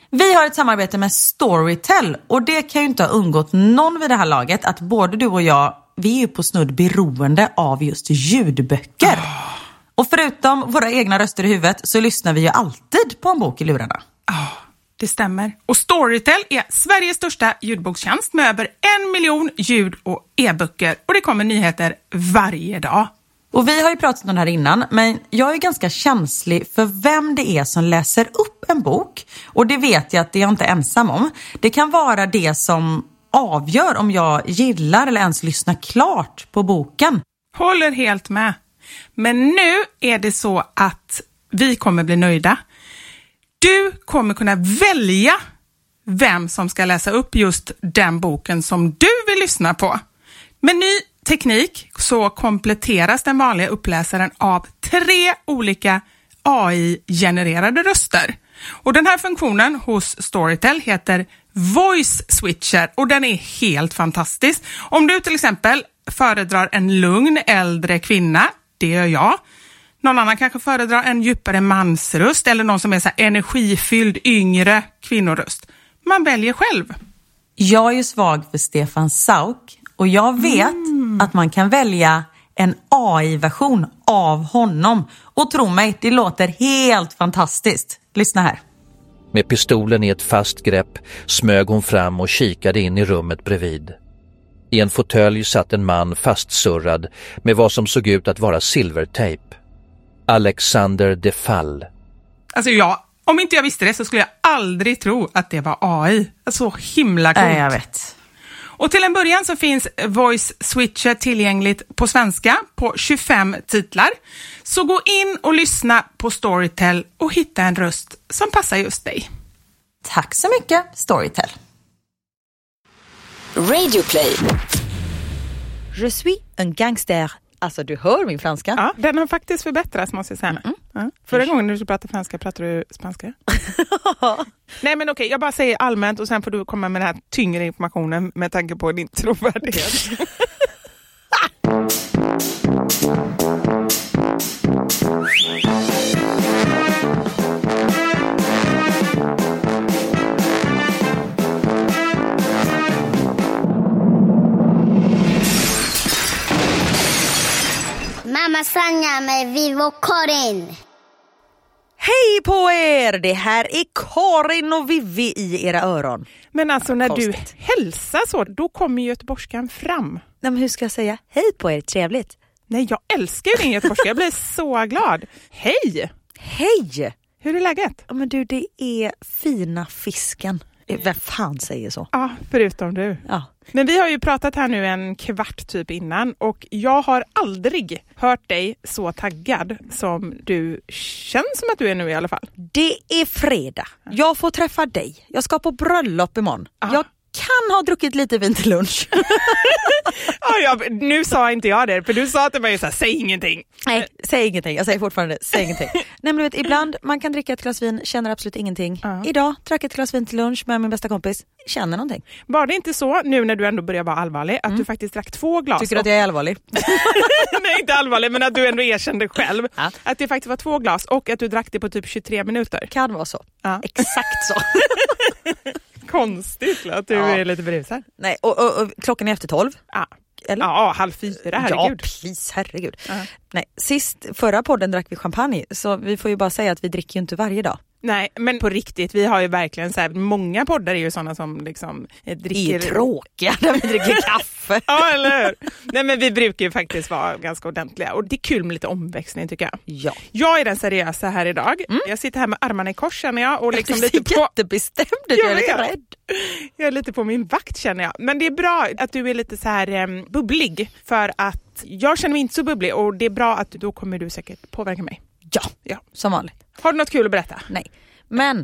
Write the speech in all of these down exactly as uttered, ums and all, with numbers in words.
Vi har ett samarbete med Storytel och det kan ju inte ha undgått någon vid det här laget att både du och jag, vi är ju på snudd beroende av just ljudböcker. Oh. Och förutom våra egna röster i huvudet så lyssnar vi ju alltid på en bok i lurarna. Oh. Det stämmer. Och Storytel är Sveriges största ljudbokstjänst med över en miljon ljud- och e-böcker. Och det kommer nyheter varje dag. Och vi har ju pratat om det här innan, men jag är ganska känslig för vem det är som läser upp en bok. Och det vet jag att det är jag inte ensam om. Det kan vara det som avgör om jag gillar eller ens lyssnar klart på boken. Håller helt med. Men nu är det så att vi kommer bli nöjda. Du kommer kunna välja vem som ska läsa upp just den boken som du vill lyssna på. Med ny teknik så kompletteras den vanliga uppläsaren av tre olika A I-genererade röster. Och den här funktionen hos Storytel heter Voice Switcher och den är helt fantastisk. Om du till exempel föredrar en lugn äldre kvinna, det gör jag. Någon annan kanske föredrar en djupare mansröst eller någon som är så här energifylld yngre kvinnoröst. Man väljer själv. Jag är ju svag för Stefan Sauk och jag vet mm. att man kan välja en A I-version av honom. Och tro mig, det låter helt fantastiskt. Lyssna här. Med pistolen i ett fast grepp smög hon fram och kikade in i rummet bredvid. I en fåtölj satt en man fastsurrad med vad som såg ut att vara silvertejp. Alexander de Fall. Alltså jag, om inte jag visste det så skulle jag aldrig tro att det var A I. Så himla coolt. Nej, jag vet. Och till en början så finns Voice Switcher tillgängligt på svenska på tjugofem titlar. Så gå in och lyssna på Storytel och hitta en röst som passar just dig. Tack så mycket, Storytel. Radio Play. Je suis un gangster. Alltså, du hör min franska. Ja, den har faktiskt förbättrats, måste jag säga. Mm. Ja. Förra gången när du pratade franska pratade du spanska. Nej, men okej, jag bara säger allmänt och sen får du komma med den här tyngre informationen med tanke på din trovärdighet. Mamma Sanja med Vivo Karin. Hej på er! Det här är Karin och Vivi i era öron. Men alltså ja, när konstigt. Du hälsar så, då kommer göteborgskan fram. Nej, men hur ska jag säga? Hej på er, trevligt. Nej, jag älskar ju din göteborgska. Jag blir så glad. Hej! Hej! Hur är läget? Ja, men du, det är fina fisken. Vem fan säger så? Ja, förutom du. Ja. Men vi har ju pratat här nu en kvart typ innan och jag har aldrig hört dig så taggad som du känns som att du är nu i alla fall. Det är fredag. Jag får träffa dig. Jag ska på bröllop imorgon. Ah. Jag kan ha druckit lite vin till lunch. ja, ja, nu sa inte jag det, för du sa till mig så här, säg ingenting. Nej, säg ingenting. Jag säger fortfarande, säg ingenting. Nej, men du vet, ibland man kan dricka ett glas vin, känner absolut ingenting. Uh. Idag drack ett glas vin till lunch med min bästa kompis, känner någonting. Var det inte så, nu när du ändå börjar vara allvarlig, att mm. du faktiskt drack två glas? Tycker du och... att jag är allvarlig? Nej, inte allvarlig, men att du ändå erkände själv. Uh. Att det faktiskt var två glas och att du drack det på typ tjugotre minuter. Kan vara så. Uh. Exakt så. Konstigt att du ja. är lite berusad. Nej, och, och, och klockan är efter tolv. Ja. Eller? Ja, halv fyra, herregud. Ja, please, herregud. Uh-huh. Nej, sist, förra podden drack vi champagne, så vi får ju bara säga att vi dricker ju inte varje dag. Nej, men på riktigt, vi har ju verkligen så här, många poddar är ju sådana som liksom dricker... är tråkiga när vi dricker kaffe. Ja, eller hur? Nej, men vi brukar ju faktiskt vara ganska ordentliga och det är kul med lite omväxling tycker jag. Ja. Jag är den seriösa här idag. Mm. Jag sitter här med armarna i kors känner jag. Och liksom du lite ser på... jättebestämd ut, jag är lite rädd. Jag är lite på min vakt känner jag. Men det är bra att du är lite så här um, bubblig för att jag känner mig inte så bubblig och det är bra att då kommer du säkert påverka mig. Ja, ja, som vanligt. Har du något kul att berätta? Nej. Men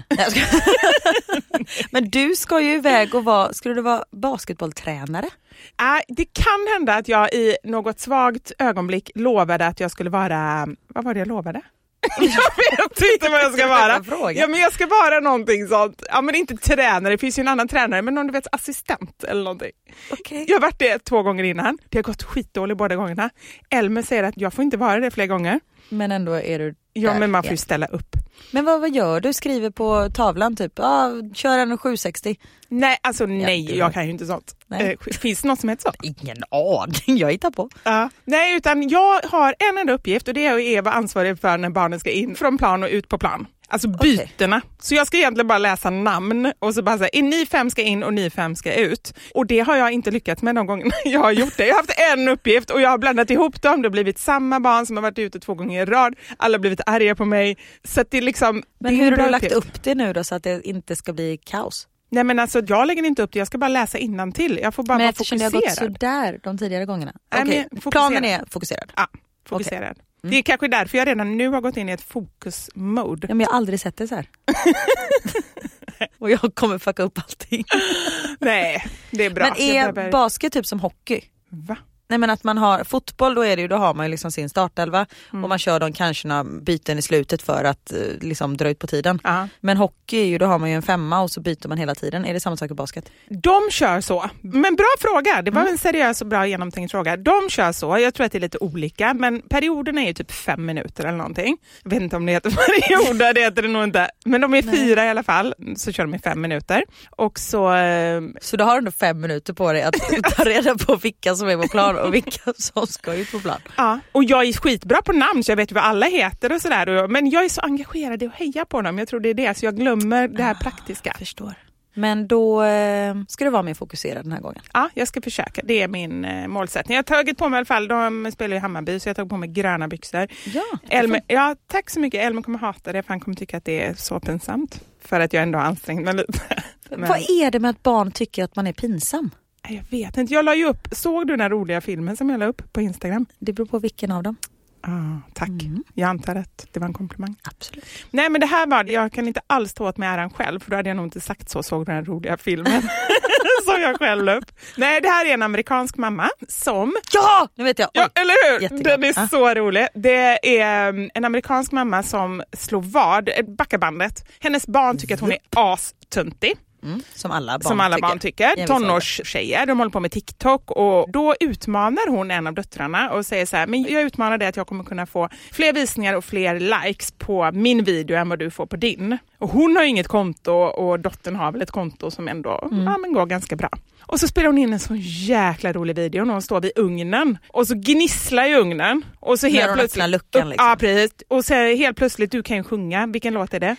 men du ska ju iväg och vara, skulle du vara basketbolltränare? Äh, det kan hända att jag i något svagt ögonblick lovade att jag skulle vara, vad var det jag lovade? Jag vet inte vad jag ska vara. Ja, men jag ska vara någonting sånt. Ja, men inte tränare, det finns ju en annan tränare, men någon du vet assistent eller någonting. Okay. Jag har varit det två gånger innan. Det har gått skitdåligt båda gångerna. Elmer säger att jag får inte vara det fler gånger. Men ändå är du Ja, där men man får igen. ju ställa upp. Men vad, vad gör du? Skriver på tavlan typ, ah, kör en sjuhundrasextio. Nej, alltså nej, du- jag kan ju inte sånt. Nej. Eh, finns det något som heter så? Ingen aning, jag hittar på. Ja. Nej, utan jag har en enda uppgift och det är att vara ansvarig för när barnen ska in från plan och ut på plan. Alltså bytena. Okay. Så jag ska egentligen bara läsa namn och så bara säga, ni fem ska in och ni fem ska ut. Och det har jag inte lyckats med någon gång jag har gjort det. Jag har haft en uppgift och jag har blandat ihop dem. Det har blivit samma barn som har varit ute två gånger i rad. Alla har blivit arga på mig. Så att det är liksom... Men det är hur har du lagt uppgift. upp det nu då så att det inte ska bli kaos? Nej, men alltså jag lägger inte upp det, jag ska bara läsa innantill. Jag får bara Men vara eftersom det fokuserad. har gått sådär de tidigare gångerna. Nej, Okej, men fokuserad. planen är fokuserad. Ja, fokuserad. Okay. Mm. Det är kanske därför jag redan nu har gått in i ett fokus-mode. Ja, men jag har aldrig sett det så här. Och jag kommer fucka upp allting. Nej, det är bra. Men är behöver... basket typ som hockey? Va? Nej, men att man har fotboll, då är det ju, då har man ju liksom sin startelva mm. och man kör de kanske några byten i slutet för att liksom dra ut på tiden. Uh-huh. Men hockey är ju, då har man ju en femma och så byter man hela tiden. Är det samma sak i basket? De kör så. Men bra fråga. Det var mm. en seriös och bra genomtänkt fråga. De kör så. Jag tror att det är lite olika, men perioderna är ju typ fem minuter eller någonting. Jag vet inte om det heter perioder, det heter det nog inte. Men de är Nej. fyra i alla fall, så kör de i fem minuter. Och så... Eh... Så då har du ändå fem minuter på dig att ta reda på vilka som är på plan och vilka som ska ut på plan. Ja, och jag är skitbra på namn så jag vet vad alla heter och sådär. Men jag är så engagerad i att heja på dem. Jag tror det är det, så jag glömmer det här ah, praktiska. Jag förstår. Men då eh, ska du vara mer fokuserad den här gången. Ja, jag ska försöka. Det är min eh, målsättning. Jag har tagit på mig i alla fall, de spelar i Hammarby, så jag har tagit på mig gröna byxor. Ja, Elmer, ja, tack så mycket. Elmer kommer hata det, för han kommer tycka att det är så pinsamt. För att jag ändå har ansträngt mig lite. Men... Vad är det med att barn tycker att man är pinsam? Jag vet inte. Jag la ju upp, såg du den här roliga filmen som jag la upp på Instagram? Det beror på vilken av dem. Ah, tack. Mm. Jag antar att det var en komplimang. Absolut. Nej, men det här var, jag kan inte alls ta åt mig äran själv, för då hade jag nog inte sagt så, såg den här roliga filmen som jag själv upp. Nej, det här är en amerikansk mamma som... Ja, nu vet jag. Oj. Ja, eller hur? Jättegod. Den är ah. så rolig. Det är en amerikansk mamma som slår vad, backa bandet. Hennes barn tycker att hon är astöntig. Mm, som alla barn som alla tycker. barn tycker. Tonårstjejer, de håller på med TikTok och då utmanar hon en av döttrarna och säger så här, men jag utmanar dig att jag kommer kunna få fler visningar och fler likes på min video än vad du får på din. Och hon har ju inget konto och dottern har väl ett konto som ändå mm. ja, men går ganska bra. Och så spelar hon in en så jäkla rolig video när hon står vid ugnen och så gnisslar i ugnen och så helt plötsligt luckan, liksom. Ja, precis. Och så helt plötsligt, du kan ju sjunga. Vilken låt är det?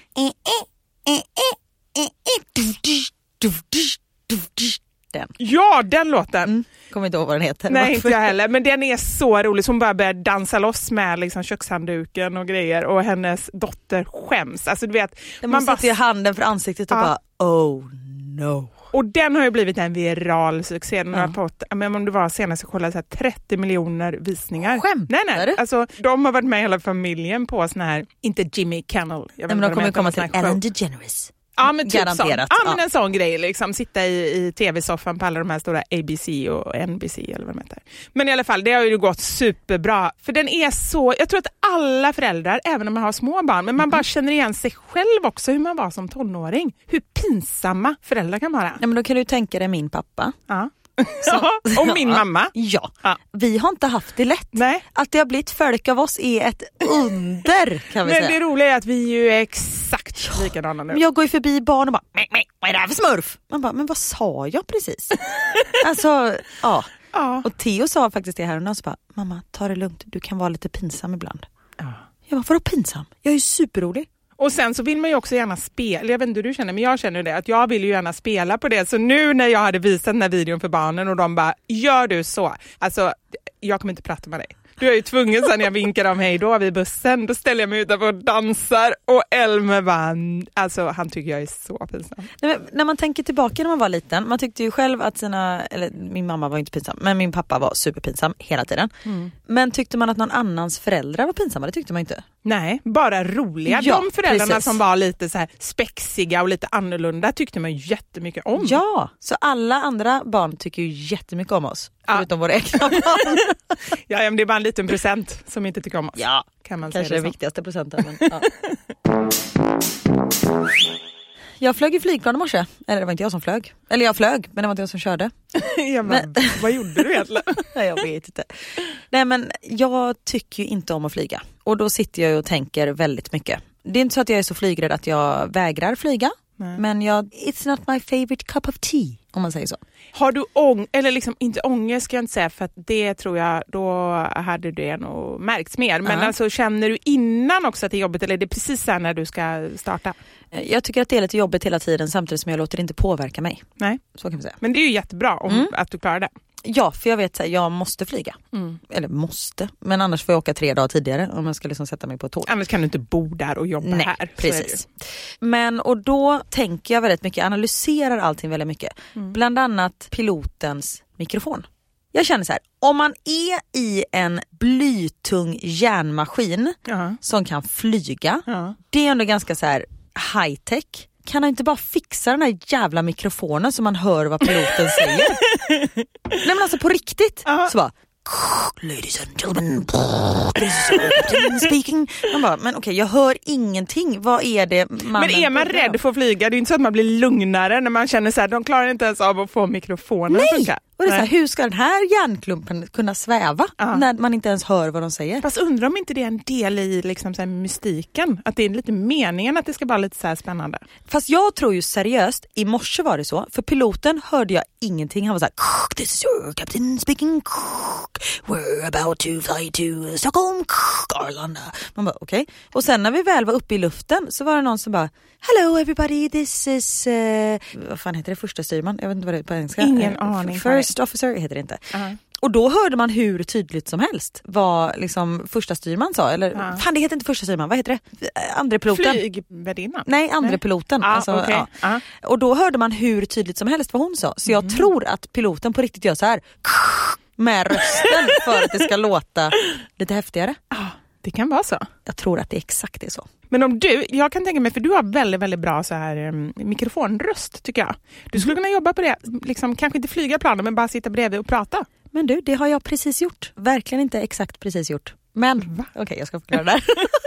Den. Ja, den låten. Mm. Kommer inte ihåg vad den heter. Nej, inte jag heller. Men den är så rolig. Så hon bara börjar dansa loss med liksom kökshandduken och grejer. Och hennes dotter skäms. Alltså, du vet, man, man bara sätter handen för ansiktet och ja. bara, oh no. Och den har ju blivit en viral succé. Den har fått, men om det var senast jag kollade, så här trettio miljoner visningar. Skämt? Nej, nej. Alltså, de har varit med hela familjen på sån här, inte Jimmy Kimmel. Jag nej, men de kommer komma till Ellen DeGeneres. Ja, men typ garanterat. Ja, men en sån grej liksom, sitta i, i tv-soffan på alla de här stora A B C och N B C eller vad de heter. Men i alla fall, det har ju gått superbra. För den är så, jag tror att alla föräldrar, även om man har små barn, men man mm. bara känner igen sig själv också, hur man var som tonåring. Hur pinsamma föräldrar kan vara. Ja, men då kan du tänka dig min pappa. Ja. Så, och min ja. mamma. Ja. ja, vi har inte haft det lätt. Nej. Att det har blivit folk av oss är ett under, kan vi men säga. Det roliga är att vi är ju exakt ja. likadana nu. Men jag går ju förbi barn och bara, mäh, mäh, vad är det här för smurf? Man bara, men vad sa jag precis? Alltså, ja. ja. Och Theo sa faktiskt det här och nu så bara, mamma, ta det lugnt, du kan vara lite pinsam ibland. Ja. Jag bara, vadå pinsam? Jag är ju superrolig. Och sen så vill man ju också gärna spela, jag vet inte hur du känner, men jag känner det, att jag vill ju gärna spela på det. Så nu när jag hade visat den här videon för barnen och de bara, gör du så? Alltså, jag kommer inte prata med dig. Du är ju tvungen sen när jag vinkar om hej då vid bussen, då ställer jag mig utanför och dansar och Elmer bara, alltså han tycker jag är så pinsam. Nej, när man tänker tillbaka när man var liten, man tyckte ju själv att sina, eller min mamma var inte pinsam, men min pappa var superpinsam hela tiden. Mm. Men tyckte man att någon annans föräldrar var pinsamma, det tyckte man inte. Nej, bara roliga. Ja, de föräldrarna precis. Som var lite så här spexiga och lite annorlunda tyckte man ju jättemycket om. Ja, så alla andra barn tycker ju jättemycket om oss. Ja. Förutom våra egna barn. Ja, men det är bara en liten procent som inte tycker om oss. Ja, kan man kanske säga den viktigaste procenten. Men, ja. Jag flög i flygplan i morse. Eller det var inte jag som flög. Eller jag flög, men det var inte jag som körde. Jag bara, men... vad gjorde du egentligen? Nej, jag vet inte. Nej, men jag tycker ju inte om att flyga. Och då sitter jag och tänker väldigt mycket. Det är inte så att jag är så flygrädd att jag vägrar flyga. Nej. Men jag, it's not my favorite cup of tea, om man säger så. Har du ång, eller liksom inte ångest ska jag inte säga, för att det tror jag, då hade det nog märkts mer. Men uh-huh. alltså känner du innan också att det är jobbigt, eller är det precis så här när du ska starta? Jag tycker att det är lite jobbigt hela tiden, samtidigt som jag låter det inte påverka mig. Nej. Så kan man säga. Men det är ju jättebra om mm. att du klarar det. Ja, för jag vet att jag måste flyga. Mm. Eller måste. Men annars får jag åka tre dagar tidigare om jag ska liksom sätta mig på tåg. Annars kan du inte bo där och jobba Nej, här. Precis. Men och då tänker jag väldigt mycket, analyserar allting väldigt mycket. Mm. Bland annat pilotens mikrofon. Jag känner så här, om man är i en blytung järnmaskin uh-huh. som kan flyga, uh-huh. det är ändå ganska så här high tech. Kan han inte bara fixa den här jävla mikrofonen så man hör vad piloten säger? Nej, men alltså på riktigt. Uh-huh. Så bara, ladies and gentlemen, this is speaking. Man bara, men okej, okay, jag hör ingenting. Vad är det man... Men är man rädd för att flyga? Det är inte så att man blir lugnare när man känner så här, de klarar inte ens av att få mikrofonen. Nej! Och det är så här, hur ska den här järnklumpen kunna sväva uh. när man inte ens hör vad de säger? Fast undrar om inte det är en del i liksom så här mystiken. Att det är lite meningen att det ska vara lite så här spännande. Fast jag tror ju seriöst, i morse var det så. För piloten hörde jag ingenting. Han var så här, this is your captain speaking. We're about to fly to Stockholm. Arlanda. Man bara, okej. Okay. Och sen när vi väl var uppe i luften så var det någon som bara, hello everybody, this is... Uh, vad fan heter det? Första styrman? Jag vet inte vad det är på engelska. Ingen uh, aning. First officer heter det inte. Uh-huh. Och då hörde man hur tydligt som helst vad liksom första styrman sa. Eller, uh-huh. fan, det heter inte första styrman. Vad heter det? Andre piloten. Flygvärdinnan? Nej, andre Nej. piloten. Ah, alltså, okay. ja. uh-huh. Och då hörde man hur tydligt som helst vad hon sa. Så jag mm. tror att piloten på riktigt gör så här med rösten för att det ska låta lite häftigare. Ah. Det kan vara så. Jag tror att det är exakt det så. Men om du, jag kan tänka mig, för du har väldigt, väldigt bra så här um, mikrofonröst tycker jag. Du skulle kunna jobba på det, liksom, kanske inte flyga planen men bara sitta bredvid och prata. Men du, det har jag precis gjort. Verkligen inte exakt precis gjort. Men, okej okay, jag ska förklara det där.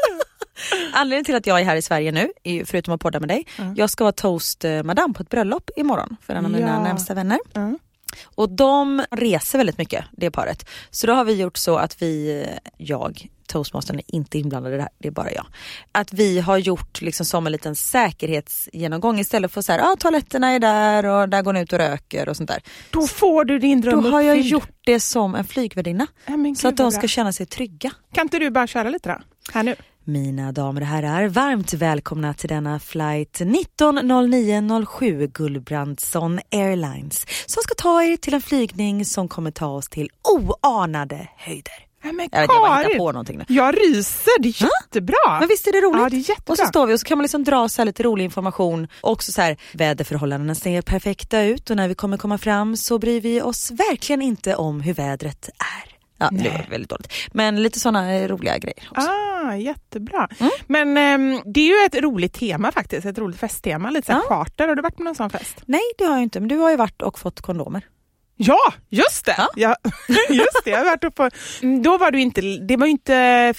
Anledningen till att jag är här i Sverige nu, förutom att podda med dig, mm. jag ska vara toast madam på ett bröllop imorgon för en av mina ja. närmsta vänner. Mm. Och de reser väldigt mycket, det paret. Så då har vi gjort så att vi, jag, toastmastern är inte inblandad i det här, det är bara jag. Att vi har gjort liksom som en liten säkerhetsgenomgång istället för så här, ja ah, toaletterna är där och där går ni ut och röker och sånt där. Då får du din dröm. Då har jag gjort det som en flygvärdinna. Ja, så att de ska känna sig trygga. Kan inte du bara köra lite då? Här nu. Mina damer och herrar, varmt välkomna till denna flight nitton noll nio noll sju Gullbrandsson Airlines som ska ta er till en flygning som kommer ta oss till oanade höjder. Ja, men jag vet inte, jag bara hittar på någonting nu. Jag ryser, det är jättebra. Ha? Men visst är det roligt? Ja, det är jättebra. Och så står vi och så kan man liksom dra så här lite rolig information. Och också så här, väderförhållandena ser perfekta ut och när vi kommer komma fram så bryr vi oss verkligen inte om hur vädret är. Ja, det var väldigt dåligt. Men lite sådana roliga grejer också. Ah, jättebra. Mm. Men äm, det är ju ett roligt tema faktiskt. Ett roligt festtema. Lite så här ja. charter. Har du varit på någon sån fest? Nej, det har jag inte. Men du har ju varit och fått kondomer. Ja, just det. Ja. Ja, just det. Jag har varit uppe. Då var du inte, det var ju inte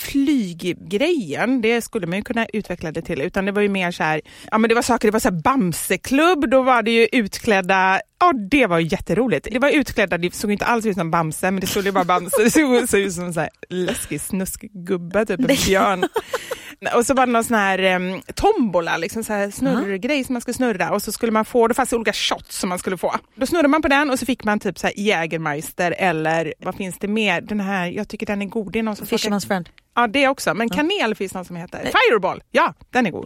flyggrejen. Det skulle man ju kunna utveckla det till. Utan det var ju mer så här, ja men det var saker, det var så här Bamseklubb. Då var det ju utklädda, ja det var ju jätteroligt. Det var utklädda, det såg inte alls ut som Bamse, men det såg ju bara Bamse. Det såg, såg ut som en så här läskig snuskgubbe, typ en björn. Och så var det någon sån här um, tombola, liksom så här snurrgrej mm. som man skulle snurra. Och så skulle man få, det fanns olika shots som man skulle få. Då snurrade man på den och så fick man typ så här Jägermeister eller vad finns det mer? Den här, jag tycker den är god. Det är någon som Fisherman's friend. Ja, det också. Men kanel finns någon som heter. Nej. Fireball, ja, den är god.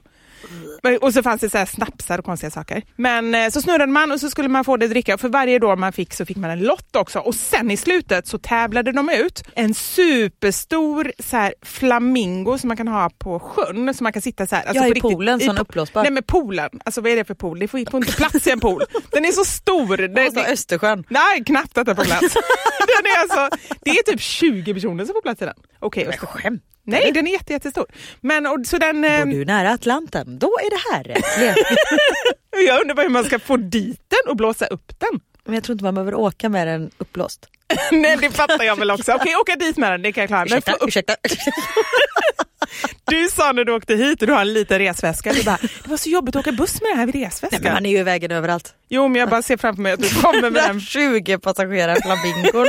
Och så fanns det så här snapsar och konstiga saker. Men eh, så snurrade man och så skulle man få det att dricka. Och för varje dag man fick så fick man en lott också. Och sen i slutet så tävlade de ut en superstor så här flamingo som man kan ha på sjön. Så man kan sitta så här. Alltså ja, på i poolen, riktigt, sån uppblåsbar. Nej, men poolen. Alltså vad är det för pool? Det får inte plats i en pool. Den är så stor. Det är Östersjön. Nej, knappt att det får plats. Den är alltså, det är typ tjugo personer som får plats i den. Okej, okay, Östersjön. Nej, den är jätte, jättestor. Men, och, så den, Går du nära Atlanten, då är det här rätt. Jag undrar bara hur man ska få dit den och blåsa upp den. Men jag tror inte man behöver åka med den uppblåst. Nej, det fattar jag väl också. Okej, okay, åka dit med den, det kan jag klara. Ursäkta, upp... ursäkta. Du sa när du åkte hit och du har en liten resväska. Du bara, det var så jobbigt att åka buss med det här vid resväskan. Nej, men man är ju i vägen överallt. Jo, men jag bara ser framför mig att du kommer med den. tjugo passagerare flamingon.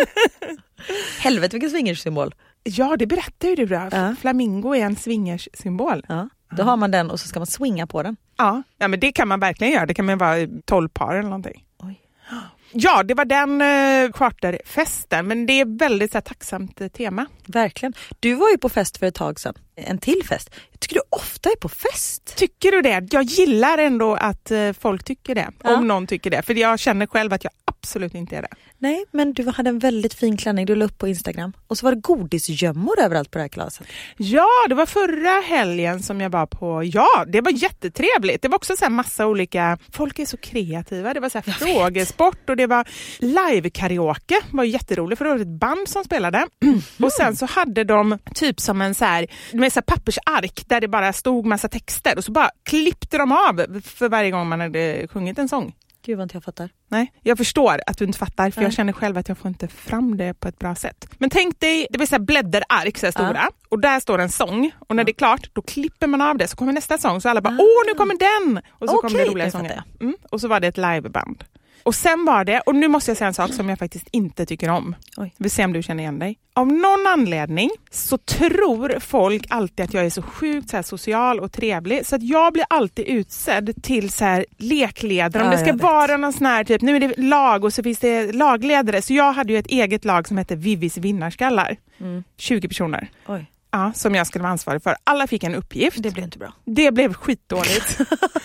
Helvete, vilken swingerssymbol. Ja, det berättar ju du då. Ja. Flamingo är en swingerssymbol. Ja, då har man den och så ska man swinga på den. Ja, ja men det kan man verkligen göra. Det kan man vara tolv par eller någonting. Oj. Ja, det var den eh, charterfesten. Men det är väldigt så här, tacksamt eh, tema. Verkligen. Du var ju på fest för ett tag sedan. En till fest. Jag tycker du ofta är på fest. Tycker du det? Jag gillar ändå att eh, folk tycker det. Ja. Om någon tycker det. För jag känner själv att jag absolut inte är det. Nej, men du hade en väldigt fin klänning. Du la upp på Instagram. Och så var det godisgömmor överallt på det här glaset. Ja, det var förra helgen som jag var på. Ja, det var jättetrevligt. Det var också så här massa olika... Folk är så kreativa. Det var så här frågesport och det var live-karaoke. Det var jätteroligt för det var ett band som spelade. Mm. Och sen så hade de typ som en så här, med så här pappersark där det bara stod massa texter. Och så bara klippte de av för varje gång man hade sjungit en sång. Gud vad inte jag fattar. Nej, jag förstår att du inte fattar för Nej. jag känner själv att jag får inte fram det på ett bra sätt. Men tänk dig, det blir så här blädderark så här stora ja. Och där står en sång och när ja. Det är klart då klipper man av det så kommer nästa sång så alla bara, åh nu kommer den! Och så okay, kommer det roliga sånger. Mm, och så var det ett liveband. Och sen var det, och nu måste jag säga en sak som jag faktiskt inte tycker om. Oj. Vi ser om du känner igen dig. Av någon anledning så tror folk alltid att jag är så sjukt så här social och trevlig. Så att jag blir alltid utsedd till så här lekledare. Om ja, det ska vara någon sån här typ, nu är det lag och så finns det lagledare. Så jag hade ju ett eget lag som hette Vivis vinnarskallar. Mm. tjugo personer. Oj. Ja, som jag skulle vara ansvarig för. Alla fick en uppgift. Det blev inte bra. Det blev skitdåligt.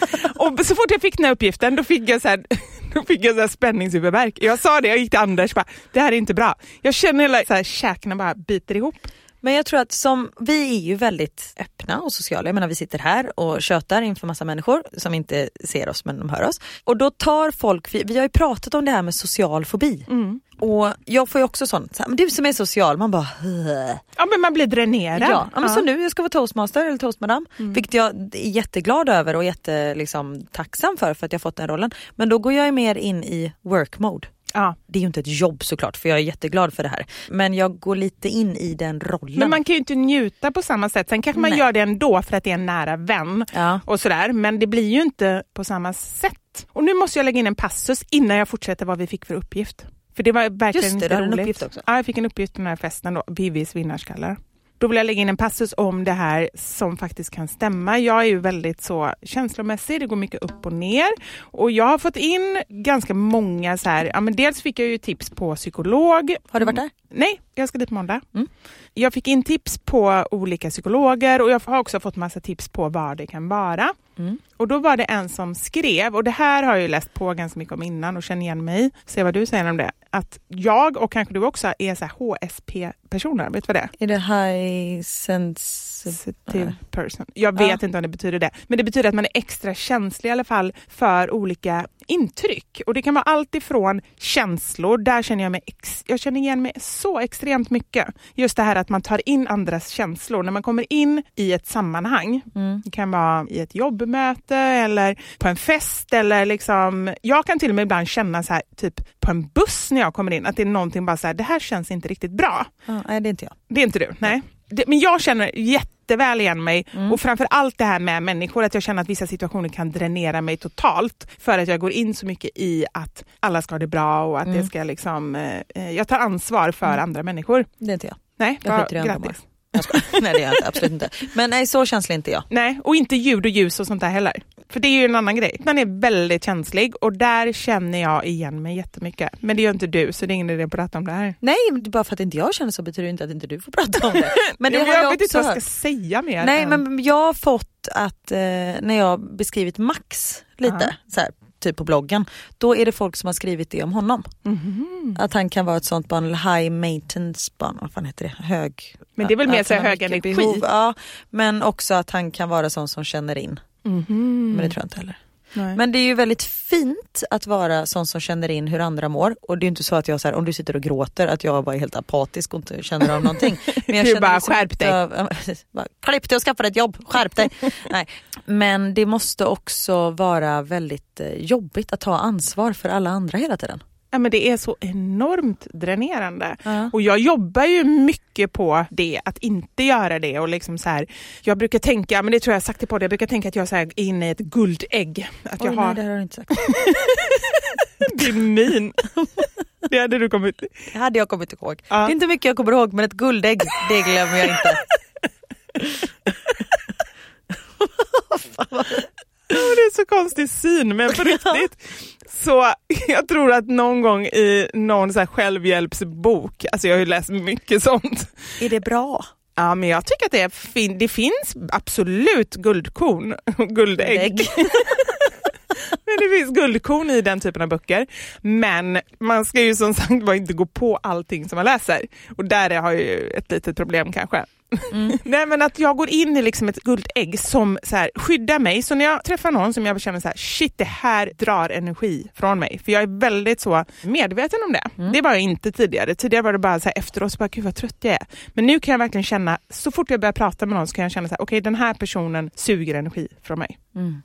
Och så fort jag fick den här uppgiften då fick jag så här... Då fick jag så här spänningshuvudvärk. Jag sa det, jag gick till Anders bara, det här är inte bra. Jag känner hela så här, käkarna bara biter ihop. Men jag tror att som, vi är ju väldigt öppna och sociala. Jag menar vi sitter här och tjötar inför massa människor som inte ser oss men de hör oss. Och då tar folk, vi, vi har ju pratat om det här med social fobi. Mm. Och jag får ju också sånt, så här, men du som är social, man bara... Hö. Ja men man blir dränerad. Ja, ja. Men så nu, jag ska vara toastmaster eller toastmadam. Mm. Vilket jag är jätteglad över och jätte, liksom, tacksam för för att jag fått den rollen. Men då går jag ju mer in i work mode. Ja. Det är ju inte ett jobb såklart för jag är jätteglad för det här. Men jag går lite in i den rollen. Men man kan ju inte njuta på samma sätt. Sen kanske man Nej. Gör det ändå för att det är en nära vän. Ja. Och sådär. Men det blir ju inte på samma sätt. Och nu måste jag lägga in en passus innan jag fortsätter vad vi fick för uppgift. För det var verkligen Just det, inte roligt. En uppgift också. Ja, jag fick en uppgift på den här festen då. Vivis vinnarskallar. Då vill jag lägga in en passus om det här som faktiskt kan stämma. Jag är ju väldigt så känslomässig, det går mycket upp och ner. Och jag har fått in ganska många så här, ja men dels fick jag ju tips på psykolog. Har du varit där? Nej, jag ska dit på måndag. Mm. Jag fick in tips på olika psykologer och jag har också fått massa tips på vad det kan vara. Mm. Och då var det en som skrev, och det här har jag ju läst på ganska mycket om innan och känner igen mig. Se vad du säger om det. Att jag och kanske du också är så här H S P-personer, vet du vad det är? Är det high sensitive person? Jag vet ja. inte om det betyder det. Men det betyder att man är extra känslig i alla fall för olika intryck. Och det kan vara allt ifrån känslor, där känner jag mig ex- jag känner igen mig så extremt mycket. Just det här att man tar in andras känslor. När man kommer in i ett sammanhang, mm. det kan vara i ett jobbmöte eller på en fest eller liksom, jag kan till och med ibland känna så här typ på en buss när jag kommer in att det är någonting bara så här, det här känns inte riktigt bra. Ja, nej, det är inte jag. Det är inte du, nej. Det, men jag känner jätteväl igen mig mm. och framför allt det här med människor, att jag känner att vissa situationer kan dränera mig totalt för att jag går in så mycket i att alla ska ha det bra och att mm. det ska liksom, eh, jag tar ansvar för mm. andra människor. Det är inte jag. Nej, jag bara, grattis. Jag nej, det är jag inte, absolut inte. Men nej, så känslig inte jag. Nej, och inte ljud och ljus och sånt där heller. För det är ju en annan grej. Man är väldigt känslig och där känner jag igen mig jättemycket. Men det gör inte du, så det är ingen idé att prata om det här. Nej, bara för att inte jag känner så betyder det inte att inte du får prata om det. Men det ja, har jag, jag vet också inte vad jag ska säga mer. Nej, än... men jag har fått att eh, när jag beskrivit Max lite, uh-huh. så här, typ på bloggen, då är det folk som har skrivit det om honom. Mm-hmm. Att han kan vara ett sånt barn, eller high maintenance barn, vad fan heter det? Hög. Men det är väl mer så hög energi. Ja, men också att han kan vara sån som känner in. Mm-hmm. Men det tror jag inte heller. Nej. Men det är ju väldigt fint att vara sån som känner in hur andra mår. Och det är inte så att jag så här, om du sitter och gråter, att jag bara är helt apatisk och inte känner av någonting. Men jag du känner bara skärp dig. Av, klipp dig och skaffa dig ett jobb, skärp dig. Nej. Men det måste också vara väldigt jobbigt att ta ansvar för alla andra hela tiden. Ja, men det är så enormt dränerande. Ja. Och jag jobbar ju mycket på det, att inte göra det. Och liksom så här, jag brukar tänka, men det tror jag har sagt det på det, jag brukar tänka att jag så här, är inne i ett guldägg. Att Oj, jag har... nej, det har du inte sagt. Din min. Det hade du kommit... Det hade jag kommit ihåg. Ja. Det är inte mycket jag kommer ihåg, men ett guldägg, det glömmer jag inte. Det är så konstig syn, men på riktigt. Så jag tror att någon gång i någon så här självhjälpsbok, alltså jag har ju läst mycket sånt. Är det bra? Ja, men jag tycker att det, är fin- det finns absolut guldkorn och guldägg. Guldägg. Men det finns guldkorn i den typen av böcker. Men man ska ju som sagt bara inte gå på allting som man läser. Och där har jag ju ett litet problem kanske. Mm. Nej, men att jag går in i liksom ett guldägg som så här, skyddar mig. Så när jag träffar någon som jag känner så här, shit, det här drar energi från mig. För jag är väldigt så medveten om det. Mm. Det var jag inte tidigare. Tidigare var det bara så här efteråt, så bara, gud vad trött jag är. Men nu kan jag verkligen känna, så fort jag börjar prata med någon så kan jag känna så här, okej, okay, den här personen suger energi från mig. Mm.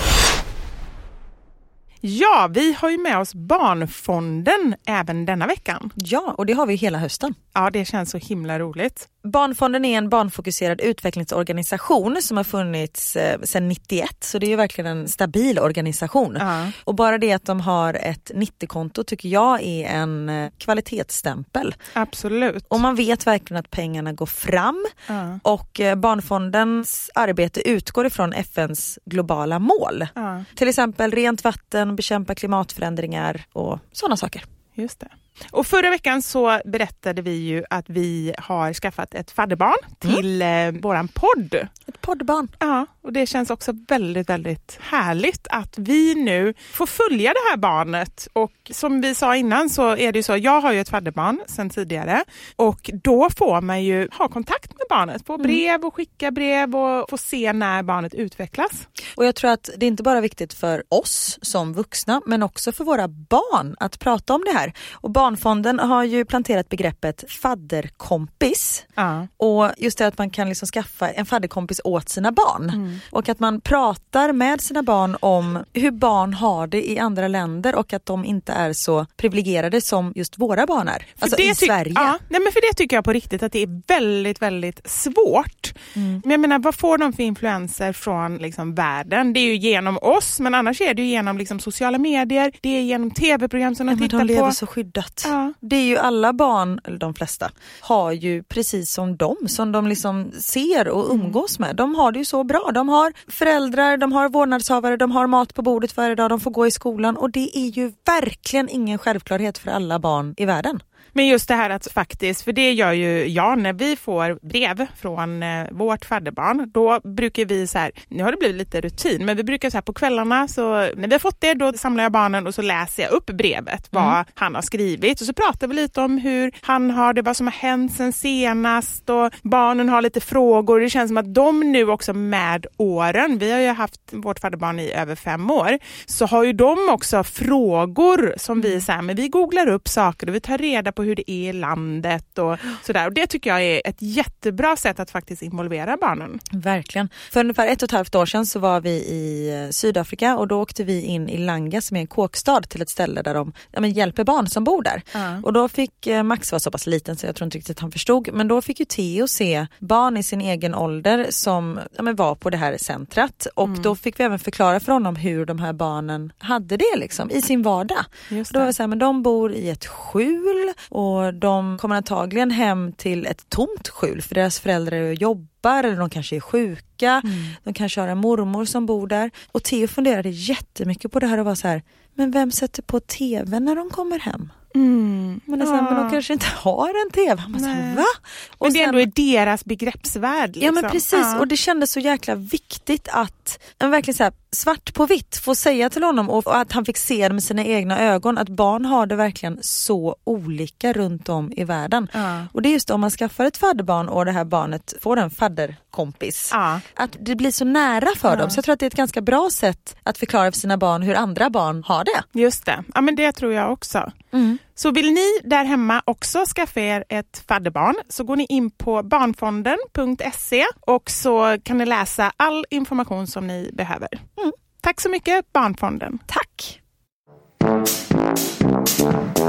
Ja, vi har ju med oss Barnfonden även denna veckan. Ja, och det har vi hela hösten. Ja, det känns så himla roligt. Barnfonden är en barnfokuserad utvecklingsorganisation som har funnits eh, sedan nittioett, så det är ju verkligen en stabil organisation. Ja. Och bara det att de har ett nittio-konto tycker jag är en eh, kvalitetsstämpel. Absolut. Och man vet verkligen att pengarna går fram. Ja. Och eh, Barnfondens arbete utgår ifrån F N:s globala mål. Ja. Till exempel rent vatten, bekämpa klimatförändringar och sådana saker. Just det. Och förra veckan så berättade vi ju att vi har skaffat ett fadderbarn till mm. eh, våran podd. Ett poddbarn. Ja, och det känns också väldigt, väldigt härligt att vi nu får följa det här barnet. Och som vi sa innan så är det ju så, jag har ju ett fadderbarn sedan tidigare. Och då får man ju ha kontakt med barnet, få brev och skicka brev och få se när barnet utvecklas. Och jag tror att det är inte bara viktigt för oss som vuxna men också för våra barn att prata om det här. Och Barnfonden har ju planterat begreppet fadderkompis. Ja. Och just det att man kan liksom skaffa en fadderkompis åt sina barn. Mm. Och att man pratar med sina barn om hur barn har det i andra länder och att de inte är så privilegierade som just våra barn är. Alltså i ty- Sverige. Ja, nej, men för det tycker jag på riktigt att det är väldigt, väldigt svårt. Mm. Men jag menar, vad får de för influenser från liksom världen? Det är ju genom oss, men annars är det ju genom liksom sociala medier. Det är genom tv-program som de ja, tittar de lever på. Så skyddat. Ja. Det är ju alla barn, eller de flesta, har ju precis som de, som de liksom ser och umgås med. De har det ju så bra. De har föräldrar, de har vårdnadshavare, de har mat på bordet varje dag, de får gå i skolan och det är ju verkligen ingen självklarhet för alla barn i världen. Men just det här att faktiskt, för det gör ju jag när vi får brev från eh, vårt fadderbarn, då brukar vi så här, nu har det blivit lite rutin, men vi brukar så här på kvällarna, så när vi har fått det, då samlar jag barnen och så läser jag upp brevet, vad mm. han har skrivit, och så pratar vi lite om hur han har det, vad som har hänt sen senast, och barnen har lite frågor. Det känns som att de nu också med åren, vi har ju haft vårt fadderbarn i över fem år, så har ju de också frågor som vi så här, men vi googlar upp saker och vi tar reda på hur det är i landet och sådär. Och det tycker jag är ett jättebra sätt att faktiskt involvera barnen. Verkligen. För ungefär ett och ett halvt år sedan så var vi i Sydafrika och då åkte vi in i Langa som är en kåkstad till ett ställe där de ja, men hjälper barn som bor där. Uh. Och då fick eh, Max var så pass liten så jag tror inte riktigt att han förstod. Men då fick ju Theo se barn i sin egen ålder som ja, men var på det här centret. Och mm. då fick vi även förklara för honom hur de här barnen hade det liksom i sin vardag. Just då var vi så här, men de bor i ett skjul och de kommer antagligen hem till ett tomt skjul för deras föräldrar jobbar eller de kanske är sjuka. Mm. De kanske har en mormor som bor där. Och Theo funderade jättemycket på det här och var så här, men vem sätter på tv när de kommer hem? Mm. Men, alltså, ja. men de kanske inte har en tv. Man säger, va? Och men det sen, ändå är deras begreppsvärld. Liksom. Ja men precis. Ja. Och det kändes så jäkla viktigt att en verkligen så här, svart på vitt få säga till honom och, och att han fick se det med sina egna ögon. Att barn har det verkligen så olika runt om i världen. Ja. Och det är just om man skaffar ett fadderbarn och det här barnet får en fadderkompis. Ja. Att det blir så nära för ja. dem. Så jag tror att det är ett ganska bra sätt att förklara för sina barn hur andra barn har det. Just det. Ja men det tror jag också. Mm. Så vill ni där hemma också skaffa er ett fadderbarn så går ni in på barnfonden punkt se och så kan ni läsa all information som ni behöver. Mm. Tack så mycket Barnfonden. Tack!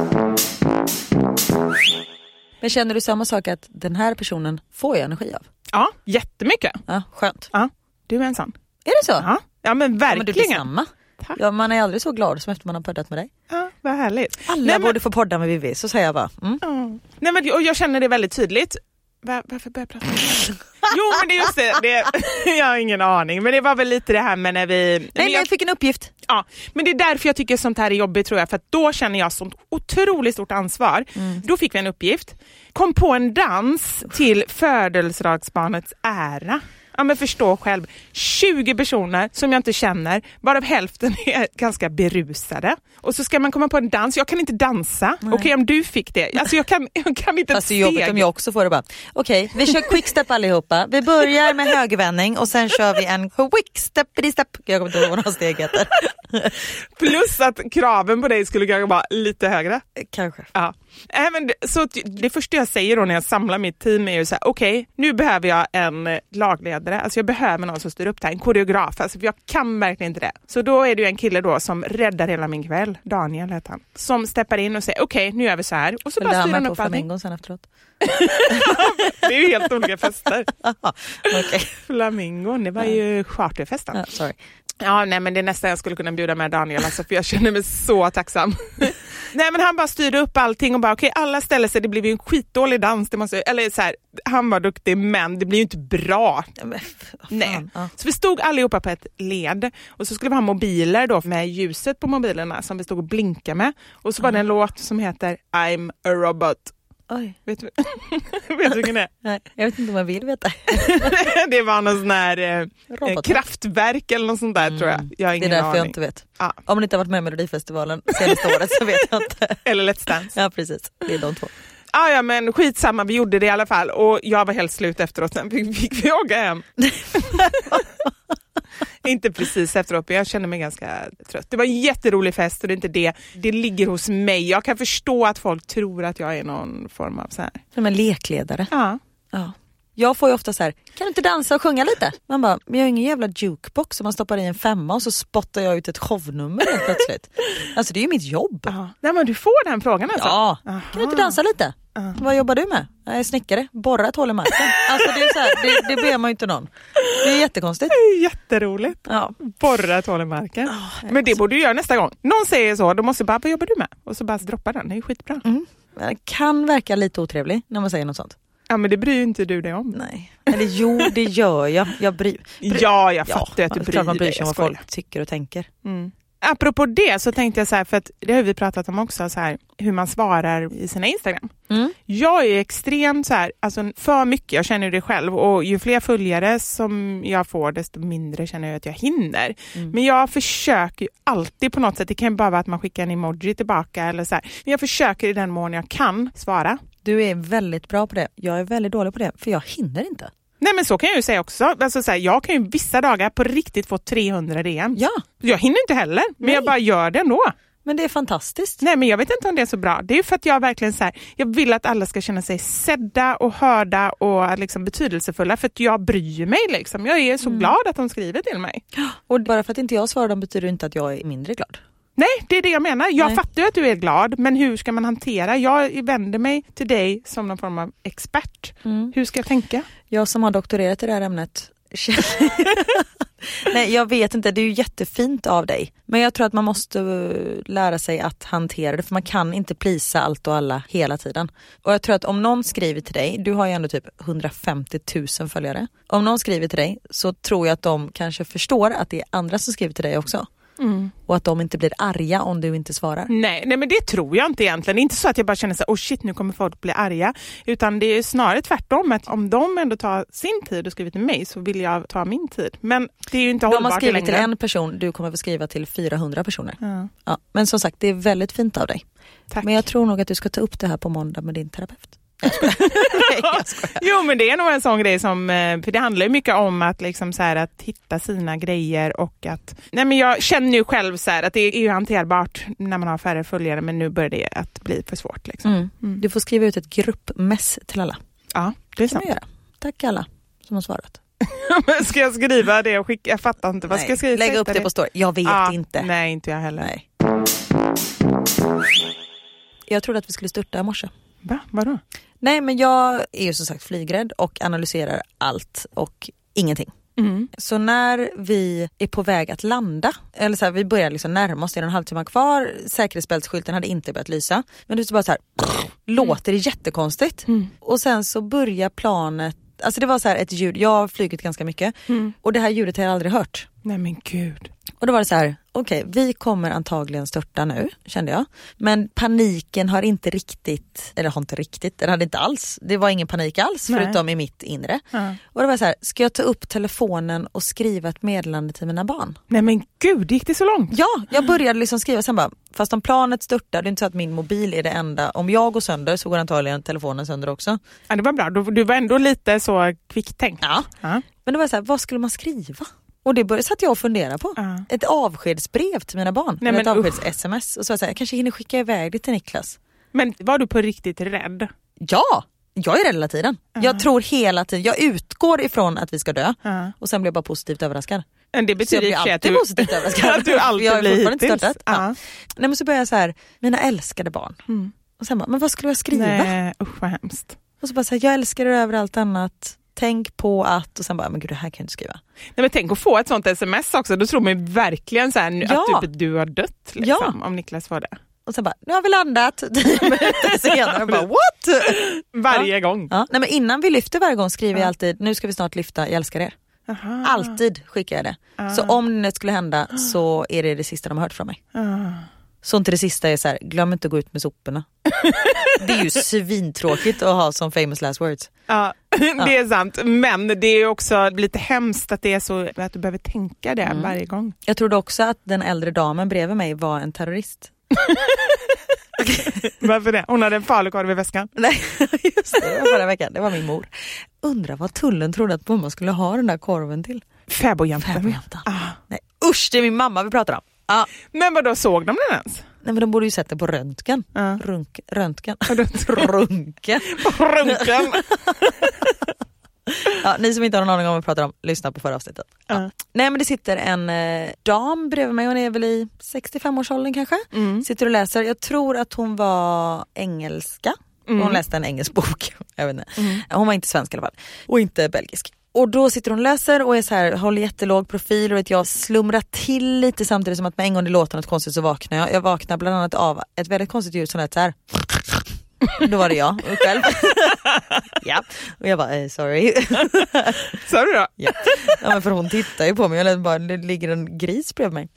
Men känner du samma sak att den här personen får jag energi av? Ja, jättemycket. Ja, skönt. Ja, du är en sån. Är det så? Ja, ja men verkligen. Ja, men du blir samma. Ja, man är aldrig så glad som efter man har poddat med dig. Ja, vad härligt. Alla Nej, borde men... få podda med Vivi, så säger jag bara. Mm. Mm. Nej, men och jag känner det väldigt tydligt. Var, varför börjar jag prata om det? Jo, men det är just det. det. Jag har ingen aning. Men det var väl lite det här med när vi... Nej, men jag... jag fick en uppgift. Ja, men det är därför jag tycker sånt här är jobbigt, tror jag. För att då känner jag sånt otroligt stort ansvar. Mm. Då fick vi en uppgift. Kom på en dans till födelsedagsbarnets ära. Ja, men förstå själv. tjugo personer som jag inte känner. Bara hälften är ganska berusade. Och så ska man komma på en dans. Jag kan inte dansa. Okej, okay, om du fick det. Alltså jag kan, jag kan inte. Fast det är jobbigt om jag också får det bara. Okej, okay, vi kör quickstep allihopa. Vi börjar med högervändning och sen kör vi en quickstep i step. Jag kommer inte ihåg vad några steg heter. Plus att kraven på dig skulle kanske vara lite högre. Kanske. Ja. Äh, men det, så det första jag säger då när jag samlar mitt team är ju så här: okej, okay, nu behöver jag en lagledare. Alltså jag behöver någon som styr upp det här, en koreograf. Alltså för jag kan verkligen inte det. Så då är det ju en kille då som räddar hela min kväll. Daniel heter han. Som steppar in och säger okej, okay, nu gör vi så här. Och så vill bara styr han upp upp flamingon sen efteråt. Det är ju helt olika fester. Okay. Flamingon, det var ju charterfesten. Ja, sorry. Ja, nej, men det är nästan jag skulle kunna bjuda med Daniel, alltså, för jag känner mig så tacksam. Nej, men han bara styrde upp allting och bara okej, okay, alla ställer sig, det blev ju en skitdålig dans, det måste, eller så här, han var duktig, men det blir ju inte bra. Ja, men, nej. Ja. Så vi stod allihopa på ett led och så skulle vi ha mobiler då med ljuset på mobilerna som vi stod och blinkade med, och så var det en låt som heter I'm a robot. Oj. Vet du vet du vilken det är? Nej, jag vet inte om jag vill veta. Det var någon sån här eh, kraftverk eller något sånt där, mm. tror jag. Jag har ingen det är därför aning. Jag inte vet. Ja. Om ni inte har varit med i Melodifestivalen senaste året så vet jag inte. Eller Let's Dance. Ja, precis. Det är de två. Ah, ja, men skitsamma, vi gjorde det i alla fall. Och jag var helt slut efteråt. Sen fick, fick vi åka hem. Inte precis efteråt, jag känner mig ganska trött. Det var en jätterolig fest och det är inte det. Det ligger hos mig. Jag kan förstå att folk tror att jag är någon form av så här. Som en lekledare. Ja. Ja. Jag får ju ofta så här, kan du inte dansa och sjunga lite? Man bara, men jag har ingen jävla jukebox som man stoppar i en femma och så spottar jag ut ett shownummer helt plötsligt. Alltså det är ju mitt jobb. Ja. Nej, men du får den frågan alltså? Ja, aha. Kan du inte dansa lite? Uh. Vad jobbar du med? Jag är snickare, borra ett hål i marken. Alltså det är så här, det, det ber man ju inte någon. Det är jättekonstigt. Det är jätteroligt. Ja. Borra ett hål i marken. Oh, men det borde du göra nästa gång. Någon säger så, då måste bara, vad jobbar du med? Och så bara droppar den, det är ju skitbra. Mm. Det kan verka lite otrevlig när man säger något sånt. Ja, men det bryr inte du dig om. Nej. Eller jo, det gör jag. Jag bryr, bryr. Ja, jag fattar ja, att du bryr dig. Man bryr sig om vad folk tycker och tänker. Mm. Apropå det så tänkte jag så här, för att det har vi pratat om också, så här, hur man svarar i sina Instagram. Mm. Jag är extremt så här, alltså för mycket, jag känner det själv, och ju fler följare som jag får desto mindre känner jag att jag hinner. Mm. Men jag försöker alltid på något sätt, det kan bara vara att man skickar en emoji tillbaka eller så här. Men jag försöker i den mån jag kan svara. Du är väldigt bra på det. Jag är väldigt dålig på det, för jag hinner inte. Nej, men så kan jag ju säga också. Alltså, så här, jag kan ju vissa dagar på riktigt få trehundra D M. Ja. Jag hinner inte heller, men Nej. jag bara gör det ändå. Men det är fantastiskt. Nej, men jag vet inte om det är så bra. Det är för att jag verkligen så här, jag vill att alla ska känna sig sedda och hörda och liksom betydelsefulla, för att jag bryr mig liksom. Jag är så mm. glad att de skriver till mig. Och bara för att inte jag svarar dem betyder inte att jag är mindre glad. Nej, det är det jag menar. Jag Nej. fattar ju att du är glad, men hur ska man hantera? Jag vänder mig till dig som någon form av expert. Mm. Hur ska jag tänka? Jag som har doktorerat i det här ämnet. Nej, jag vet inte. Det är ju jättefint av dig. Men jag tror att man måste lära sig att hantera det. För man kan inte plisa allt och alla hela tiden. Och jag tror att om någon skriver till dig, du har ju ändå typ hundrafemtio tusen följare. Om någon skriver till dig så tror jag att de kanske förstår att det är andra som skriver till dig också. Mm. Och att de inte blir arga om du inte svarar. Nej, nej, men det tror jag inte egentligen. Det är inte så att jag bara känner så här, oh shit, nu kommer folk bli arga. Utan det är snarare tvärtom, att om de ändå tar sin tid och skriver till mig så vill jag ta min tid. Men det är ju inte hållbart. De har skrivit längre. till en person, du kommer att skriva till fyrahundra personer. Ja. Ja, men som sagt, det är väldigt fint av dig. Tack. Men jag tror nog att du ska ta upp det här på måndag med din terapeut. Jag skojar. Nej, jag skojar. Jo, men det är nog en sån grej som, för det handlar ju mycket om att liksom så här, att hitta sina grejer och att, nej men jag känner ju själv så här att det är ju hanterbart när man har färre följare, men nu börjar det att bli för svårt liksom. Mm. Mm. Du får skriva ut ett gruppmess till alla. Ja, det är sant. Göra. Tack alla som har svarat. Men ska jag skriva det och skicka? Jag fattar inte. Vad ska jag skriva? Lägg upp det, det på story. Jag vet ja, inte. Nej, inte jag heller. Nej. Jag trodde att vi skulle störta i morse. Va? Vadå? Nej, men jag är ju som sagt flygrädd och analyserar allt och ingenting. Mm. Så när vi är på väg att landa, eller så här, vi börjar liksom närma oss, det är en halvtimme kvar, säkerhetsbältsskylten hade inte börjat lysa, men det är bara så här, låter det jättekonstigt. Mm. Och sen så börjar planet, alltså det var så här ett ljud, jag har flugit ganska mycket Mm. och det här ljudet har jag aldrig hört. Nej men gud. Och då var det så här, okej, okay, vi kommer antagligen störta nu, kände jag. Men paniken har inte riktigt, eller har inte riktigt, den hade inte alls. Det var ingen panik alls, Nej. förutom i mitt inre. Ja. Och det var så här, ska jag ta upp telefonen och skriva ett meddelande till mina barn? Nej men gud, gick det så långt? Ja, jag började liksom skriva sen bara, fast om planet störtar, det är inte så att min mobil är det enda. Om jag går sönder så går antagligen telefonen sönder också. Ja, det var bra. Du, du var ändå lite så kvicktänkt. Ja, Ja. men det var så här, vad skulle man skriva? Och det började satt jag och fundera på. Ja. Ett avskedsbrev till mina barn. Nej, eller men ett avskeds-sms. Och så var jag så här, jag kanske hinner skicka iväg det till Niklas. Men var du på riktigt rädd? Ja, jag är rädd hela tiden. Ja. Jag tror hela tiden, jag utgår ifrån att vi ska dö. Ja. Och sen blir jag bara positivt överraskad. Men det Så jag betyder blir i och för sig alltid att du, positivt överraskad. att du alltid jag har blir fortfarande inte hittills. startat. Ja. Ja. Nej, men så börjar jag så här, mina älskade barn. Mm. Och sen bara, men vad skulle jag skriva? Nej, usch vad hemskt. Och så bara så här, jag älskar er över allt annat. Tänk på att, och sen bara, men gud det här kan jag inte skriva. Nej, men tänk att få ett sånt sms också, då tror man ju verkligen så här, Ja. att typ, du har dött liksom, Ja. om Niklas var det. Och sen bara, nu har vi landat. Tio minuter senare bara, what? Varje Ja. gång. Ja, nej, men innan vi lyfter varje gång skriver Ja. jag alltid, nu ska vi snart lyfta, jag älskar er. Aha. Alltid skickar jag det. Ah. Så om det skulle hända så är det det sista de har hört från mig. Ah. Så inte det sista är så här, glöm inte att gå ut med soporna. Det är ju svintråkigt att ha som famous last words. Ja, det är sant. Men det är också lite hemskt att det är så att du behöver tänka det Mm. varje gång. Jag trodde också att den äldre damen bredvid mig var en terrorist. Varför det? Hon hade en falukorv i väskan. Nej, just det, det var förra veckan. Det var min mor. Undrar vad tullen trodde att mamma skulle ha den där korven till. Fäbodjäntan. Fäbodjäntan. Ah. Nej, usch, det är min mamma vi pratar om. Ja. Men vad då såg de den ens? Nej, men de borde ju sett det på röntgen. Ja. Runk, röntgen. Röntgen. Röntgen. Runken. Ja, ni som inte har någon aning om vad vi pratar om, lyssna på förra avsnittet. Ja. Ja. Nej, men det sitter en eh, dam bredvid mig, hon är väl i sextiofem-årsåldern kanske. Mm. Sitter och läser, jag tror att hon var engelska. Mm. Hon läste en engelsk bok. Jag vet inte. Mm. Hon var inte svensk i alla fall. Och inte belgisk. Och då sitter hon och läser och är så här, håller jättelåg profil och vet jag slumrar till lite samtidigt som att med en gång det låter något konstigt så vaknar jag. Jag vaknar bland annat av ett väldigt konstigt ljud som lät så här. Då var det jag själv. Ja. Och jag bara, eh, sorry. Sa du då? Ja. Ja, men för hon tittar ju på mig. Jag bara, det ligger en gris bredvid mig.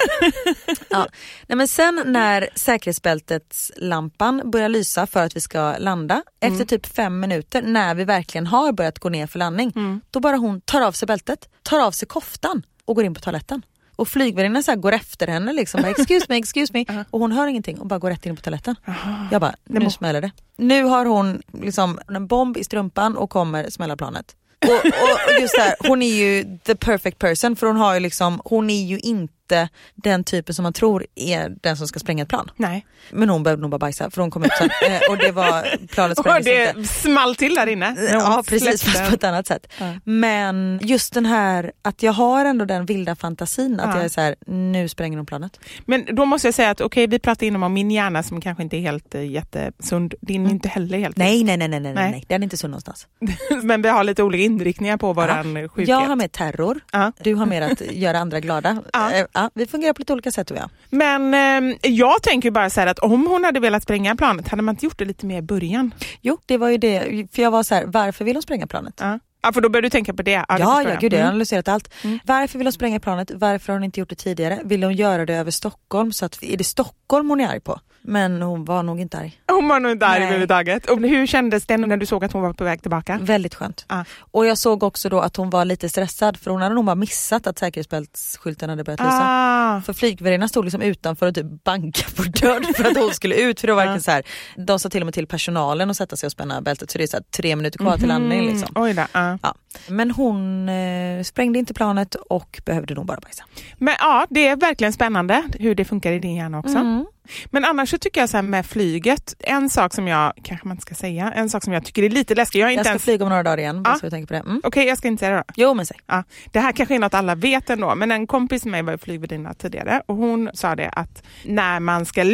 Ja. Nej, men sen när säkerhetsbältets lampan börjar lysa för att vi ska landa. Mm. Efter typ fem minuter när vi verkligen har börjat gå ner för landning. Mm. Då bara hon tar av sig bältet, tar av sig koftan och går in på toaletten. Och flygvärdinnan så här går efter henne liksom. Bara, excuse me, excuse me. Uh-huh. Och hon hör ingenting och bara går rätt in på toaletten. Aha. Jag bara, nu må- smäller det. Nu har hon liksom en bomb i strumpan och kommer smälla planet. Och, och just där, hon är ju the perfect person för hon har ju liksom, hon är ju inte den typen som man tror är den som ska spränga ett plan. Nej. Men hon behövde nog bara bajsa för hon kom ut sen eh, och det var, planet Och sprängdes inte. det small till där inne. Ja, precis, fast på ett annat sätt. Ja. Men just den här, att jag har ändå den vilda fantasin att Ja. jag är så här, nu spränger de planet. Men då måste jag säga att okej, okay, vi pratar inom om min hjärna som kanske inte är helt uh, jättesund. Din är inte heller helt. Nej, nej, nej, nej, nej, Nej. nej. Den är inte sund någonstans. Men vi har lite olika inriktningar på våran Ja. sjukhet. Jag har med terror, Ja. du har med att göra andra glada. Ja. Eh, Ja, vi fungerar på lite olika sätt, tror jag. Men eh, jag tänker ju bara så här att om hon hade velat spränga planet hade man inte gjort det lite mer i början. Jo, det var ju det. För jag var så här, varför vill de spränga planet? Ja, ja för då börjar du tänka på det. Ja, det Ja, förstår ja, jag. gud, jag har Mm. analyserat allt. Mm. Varför vill de spränga planet? Varför har hon inte gjort det tidigare? Vill hon göra det över Stockholm? Så att, är det Stockholm hon är arg på? Men hon var nog inte arg. Hon var nog inte arg Nej. överhuvudtaget. Och hur kändes det när du såg att hon var på väg tillbaka? Väldigt skönt. Ja. Och jag såg också då att hon var lite stressad för hon hade nog bara missat att säkerhetsbältsskylten hade börjat lysa. Ah. För flygvärdinnan stod liksom utanför och typ banka på dörren för att hon skulle ut. För det var verkligen så här, de sa till och med till personalen att sätta sig och spänna bältet. Så det är så här tre minuter kvar till landning liksom. Oj då, ja. Ja. Men hon eh, sprängde inte planet och behövde nog bara bajsa. Men ja, det är verkligen spännande hur det funkar i din hjärna också. Mm. Men annars så tycker jag så här med flyget, en sak som jag, kanske man inte ska säga, en sak som jag tycker är lite läskig. Jag, har inte Jag ska ens... flyga om några dagar igen, bara Ja. så jag tänker på det. Mm. Okej, jag ska inte säga det då. Jo, men säg. Ja, det här kanske är något alla vet ändå, men en kompis med mig var flygvärdinna tidigare och hon sa det att när man ska lyfta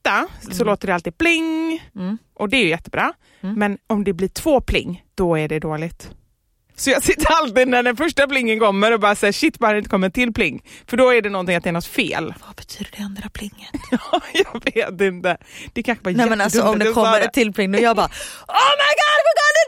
åtta mm. så låter det alltid pling. Mm. Och det är ju jättebra. Mm. Men om det blir två pling, då är det dåligt. Så jag sitter alltid när den första plingen kommer och bara säger shit, bara det inte kommer till pling. För då är det någonting att det är något fel. Vad betyder det andra plinget? Ja, jag vet inte. Det kanske bara Nej men alltså om det kommer ett till pling och jag bara oh my god, we're gonna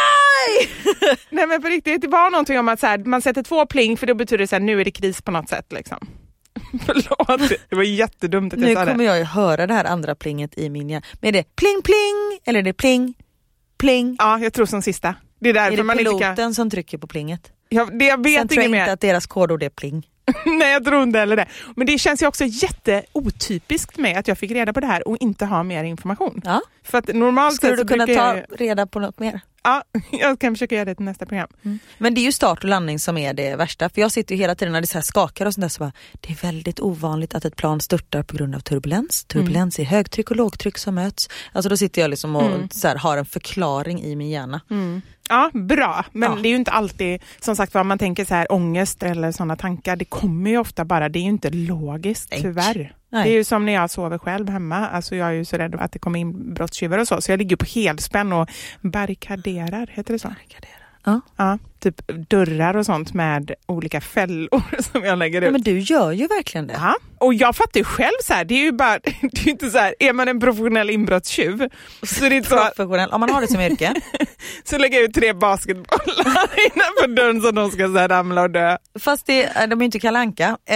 die! Nej men på riktigt, det var någonting om att så här, man sätter två pling för då betyder det så här, nu är det kris på något sätt liksom. Förlåt, det var jättedumt att jag nu sa det. Nu kommer jag ju höra det här andra plinget i min hjärna. Men är det pling pling eller är det pling pling? Ja, jag tror som sista. Det är, därför är det man piloten inte kan... som trycker på plinget? Ja, det jag vet Sen tror jag mer. inte att deras kodord är pling. Nej, jag tror inte heller det. Men det känns ju också jätteotypiskt med att jag fick reda på det här och inte ha mer information. Ja. För att normalt skulle sett du kunna ta jag... reda på något mer? Ja, jag kan försöka göra det till nästa program. Mm. Men det är ju start och landning som är det värsta. För jag sitter ju hela tiden när det så här skakar och sånt där så bara, det är väldigt ovanligt att ett plan störtar på grund av turbulens. Turbulens mm. är högtryck och lågtryck som möts. Alltså då sitter jag liksom och mm. så här, har en förklaring i min hjärna. Mm. Ja, bra. Men ja. det är ju inte alltid, som sagt, vad man tänker så här ångest eller sådana tankar. Det kommer ju ofta bara, det är ju inte logiskt, Nej. tyvärr. Nej. Det är ju som när jag sover själv hemma. Alltså jag är ju så rädd att det kommer in brottstjuvar och så. Så jag ligger på helspänn och barrikaderar, heter det så? Barrikaderar. Ja. Ja, typ dörrar och sånt med olika fällor som jag lägger ut. Ja, men du gör ju verkligen det. Ja. Och jag fattar ju själv så här, det är ju bara, det är ju inte så här, är man en professionell inbrottstjuv så det är inte så professionell, om man har det som yrke. Så lägger jag ut tre basketbollar innanför dörren så de ska så här ramla och dö. Fast det, de är ju inte Kalle Anka. Eh,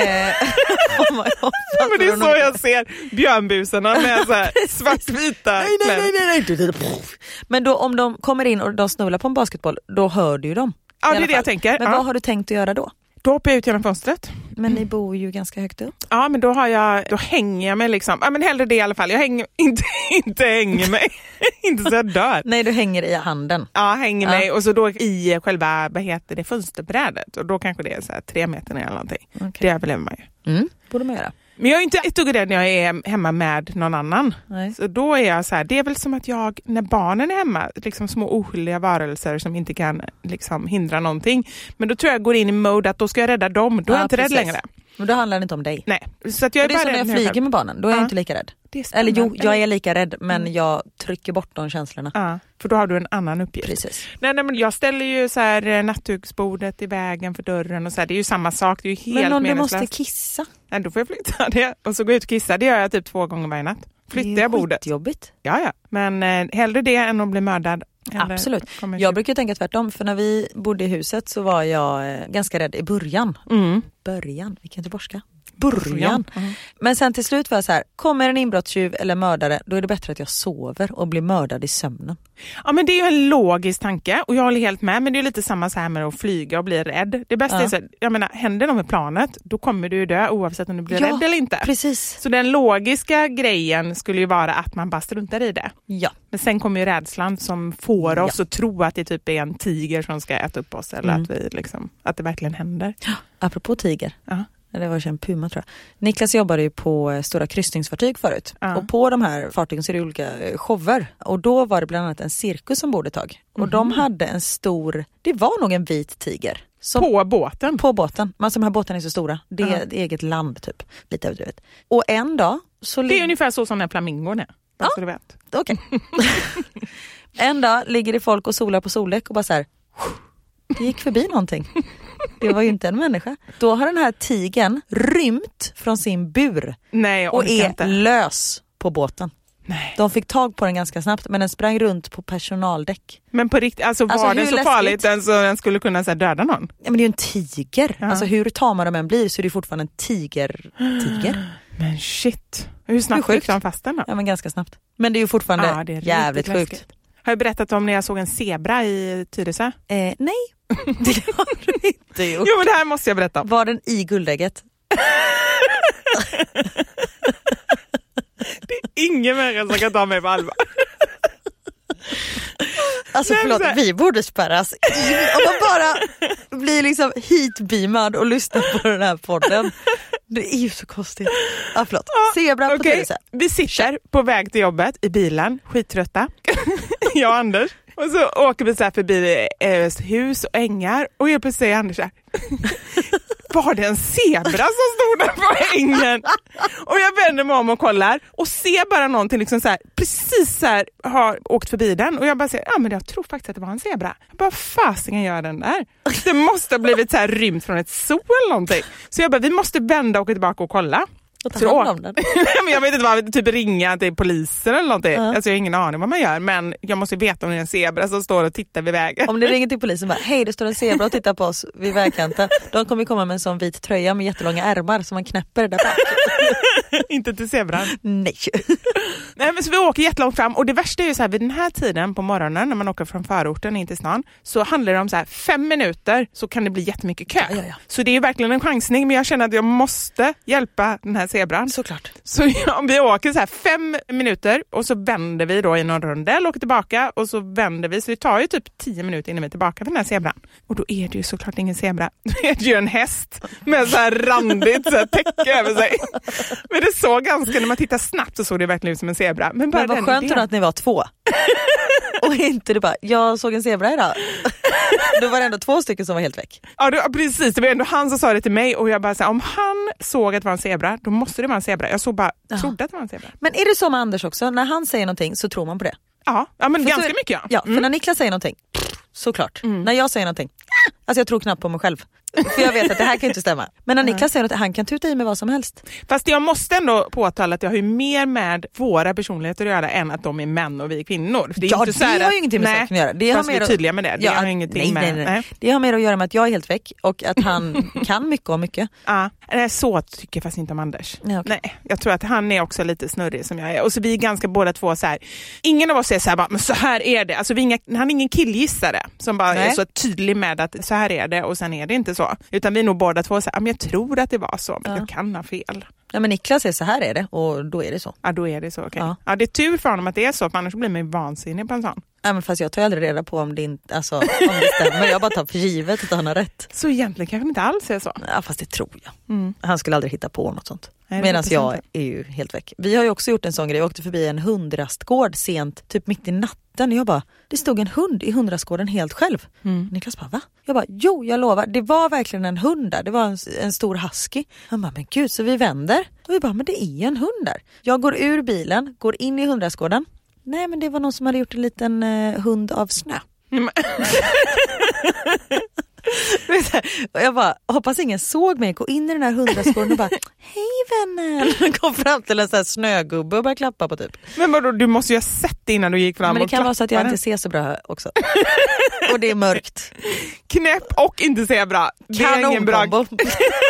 oh men det är så jag ser björnbusarna med så här svartvita. Nej, nej, nej, nej, nej. Men då om de kommer in och de snubblar på en basketboll, då hör du ju dem. Ja, det är det jag tänker. Men ja. vad har du tänkt att göra då? Då hoppar jag ut genom fönstret. Men ni bor ju ganska högt upp. Ja, men då har jag, då hänger jag mig liksom. Ja, men hellre det i alla fall. Jag hänger, inte, inte hänger mig. Inte så jag dör. Nej, du hänger i handen. Ja, hänger ja. mig. Och så då i själva, vad heter det, fönsterbrädet. Och då kanske det är så här tre meter ner eller någonting. Okay. Det överlever man ju. Mm, borde man göra. Men jag är inte ett dugg rädd när jag är hemma med någon annan. Nej. Så då är jag så här, det är väl som att jag, när barnen är hemma, liksom små oskyldiga varelser som inte kan liksom hindra någonting. Men då tror jag går in i mode att då ska jag rädda dem. Då är ja, jag inte precis. rädd längre. Men då handlar det inte om dig. Nej. Så att jag är det är som när jag flyger med barnen, då är ja. jag inte lika rädd. Eller jo, jag är lika rädd, men mm. jag trycker bort de känslorna. Ja, för då har du en annan uppgift. Precis. Nej, nej, men jag ställer ju så här nattduksbordet i vägen för dörren och så här, det är ju samma sak, det är ju helt meningslöst. Men om meningslöst. du måste kissa? Nej, då får jag flytta det och så gå ut och kissa. Det gör jag typ två gånger varje natt. Flyttar jag bordet. Det är jobbigt. Ja, ja. Men eh, hellre det än att bli mördad. Absolut. Jag brukar tänka tvärtom, för när vi bodde i huset så var jag eh, ganska rädd i början. Mm. Början, vilken göteborgska. Början. Mm. Men sen till slut var jag så här, kommer en inbrottstjuv eller mördare, då är det bättre att jag sover och blir mördad i sömnen. Ja, men det är ju en logisk tanke och jag håller helt med, men det är lite samma så här med att flyga och bli rädd. Det bästa ja. är så här, jag menar, händer något med planet, då kommer du dö oavsett om du blir ja, rädd eller inte. Precis. Så den logiska grejen skulle ju vara att man bara struntar i det. Ja. Men sen kommer ju rädslan som får oss ja. att tro att det typ är en tiger som ska äta upp oss eller mm. att vi liksom, att det verkligen händer. Ja. Apropå tiger. Ja. Det var en puma tror jag. Niklas jobbade ju på stora kryssningsfartyg förut. Ja. Och på de här fartygen så är det olika shower. Och då var det bland annat en cirkus som bodde ett tag. Och mm. de hade en stor, det var nog en vit tiger. Som, på båten? På båten. Men alltså de här båtarna är så stora. Det är ja. ett eget land typ. Lite överdrivet. Och en dag så... Det är ungefär så som den flamingon är. Ja, okej. Okay. En dag ligger det folk och solar på soldäck och bara så här... Det gick förbi någonting. Det var ju inte en människa. Då har den här tigen rymt från sin bur. Nej, och är inte. lös på båten. Nej. De fick tag på den ganska snabbt, men den sprang runt på personaldäck. Men på riktigt, alltså var alltså, det så läskigt? Farligt än så den skulle kunna så här, döda någon? Ja, men det är ju en tiger. Ja. Alltså hur tama de än blir så är det fortfarande en tiger. Tiger. Men shit. Hur snabbt fick de fast den då? Ja, men ganska snabbt. Men det är ju fortfarande ja, det är jävligt sjukt. Läskigt. Har jag berättat om när jag såg en zebra i Tyresö? Eh, nej, det har du inte gjort. Jo, men det här måste jag berätta om. Var den i guldägget? Det är ingen människa som kan ta mig på allvar. Alltså nej, förlåt, vi borde spärras in. Och de bara blir liksom hitbeamad och lyssnar på den här podden. Det är ju så konstigt. Ja, förlåt. Zebra på okay. Tyresö. Vi sitter på väg till jobbet i bilen, skittrötta. Jag och Anders. Och så åker vi så här förbi eh, hus och ängar. Och jag plötsligt säger Anders så här. var det en zebra som stod där på ängen. Och jag vänder mig om och kollar och ser bara någonting liksom så här, precis så här, har åkt förbi den. Och jag bara säger, ja men jag tror faktiskt att det var en zebra. Jag bara, fasiken gör den där? Det måste ha blivit så här rymt från ett zoo eller någonting. Så jag bara, vi måste vända och åka tillbaka och kolla. Och ta hand om den. Men jag vet inte vad, typ ringa till polisen eller någonting. Ja. Alltså jag har ingen aning vad man gör, men jag måste veta om det är en zebra som står och tittar vid vägen. Om ni ringer till polisen bara, hej det står en zebra och tittar på oss vid vägkanten. De kommer komma med en sån vit tröja med jättelånga ärmar som man knäpper där bak. Inte till zebran. Nej. Nej, men så vi åker jättelångt fram och det värsta är ju så här, vid den här tiden på morgonen när man åker från förorten in till stan så handlar det om så här fem minuter så kan det bli jättemycket kö. Ja, ja, ja. Så det är ju verkligen en chansning, men jag känner att jag måste hjälpa den här zebran. Såklart. Så ja, vi åker så här fem minuter och så vänder vi då i någon rundell och åker tillbaka och så vänder vi, så det tar ju typ tio minuter innan vi är tillbaka för den här zebran. Och då är det ju såklart ingen zebra. Det är ju en häst med så här randigt så här täcke över sig. Men det såg ganska, när man tittar snabbt så såg det verkligen ut som en zebra. Men, bara Men vad den skönt idén. att ni var två. Och inte du bara, jag såg en zebra idag. Då var det ändå två stycken som var helt väck. Ja, det, precis. Det var ändå han som sa det till mig och jag bara så här, om han såg att det var en zebra, då måste det vara en zebra. Jag såg bara, Jaha. trodde att det var en zebra. Men är det så med Anders också? När han säger någonting så tror man på det. Ja, ja men För ganska så- mycket ja. Ja, för Mm. när Niklas säger någonting, såklart. När jag säger någonting, alltså jag tror knappt på mig själv. För jag vet att det här kan inte stämma. Men när Niklas säger något, han kan tuta i med vad som helst. Fast jag måste ändå påtala att jag har ju mer med våra personligheter att göra än att de är män och vi är kvinnor. För det är Ja, inte så här det har att- ju ingenting med nej, saken att göra. Det har fast vi är mer att- tydliga med det. Det Ja, har ingenting nej, med... nej, nej. Det har mer att göra med att jag är helt väck och att han kan mycket och mycket. Ja, nej, så tycker jag fast inte om Anders. Ja, okej. Nej, jag tror att han är också lite snurrig som jag är. Och så vi är ganska båda två så här. Ingen av oss är så här bara, men så här är det. Alltså vi är inga, han är ingen killgissare som bara Nej. är så tydlig med att så här är det och sen är det inte så. Utan vi är nog båda två så här, men jag tror att det var så, men Ja. jag kan ha fel. Ja, men Niklas är så här är det och då är det så. Ja, då är det så, okej. Ja. Ja. Det är tur för honom att det är så, för annars blir man ju vansinnig på en sån. Ja, men fast jag tar ju aldrig reda på om det, inte, alltså, om det stämmer. Jag bara tar för givet att han har rätt. Så egentligen kanske inte alls är så. Ja, fast det tror jag. Mm. Han skulle aldrig hitta på något sånt. Nej, det Medan hoppas jag inte. är ju helt väck. Vi har ju också gjort en sån grej. Vi åkte förbi en hundrastgård sent, typ mitt i natten. Och jag bara, det stod en hund i hundrastgården helt själv. Mm. Niklas bara, va? Jag bara, jo jag lovar. Det var verkligen en hund där. Det var en, en stor husky. Han bara, men gud, så vi vänder. Och vi bara, men det är ju en hund där. Jag går ur bilen, går in i hundrastgården. Nej, men det var någon som hade gjort en liten eh, hund av snö. Mm. Och jag bara, hoppas ingen såg mig gå in i den här hundrastgården och bara, hej vännen. Kom fram till en sån här snögubbe och började klappa på typ. Men vadå, du måste ju ha sett det innan du gick fram. Men det och kan vara så att jag klappade. inte ser så bra också. Och det är mörkt. Knäpp och inte säga bra. Det är ingen bra. Kanonkombo.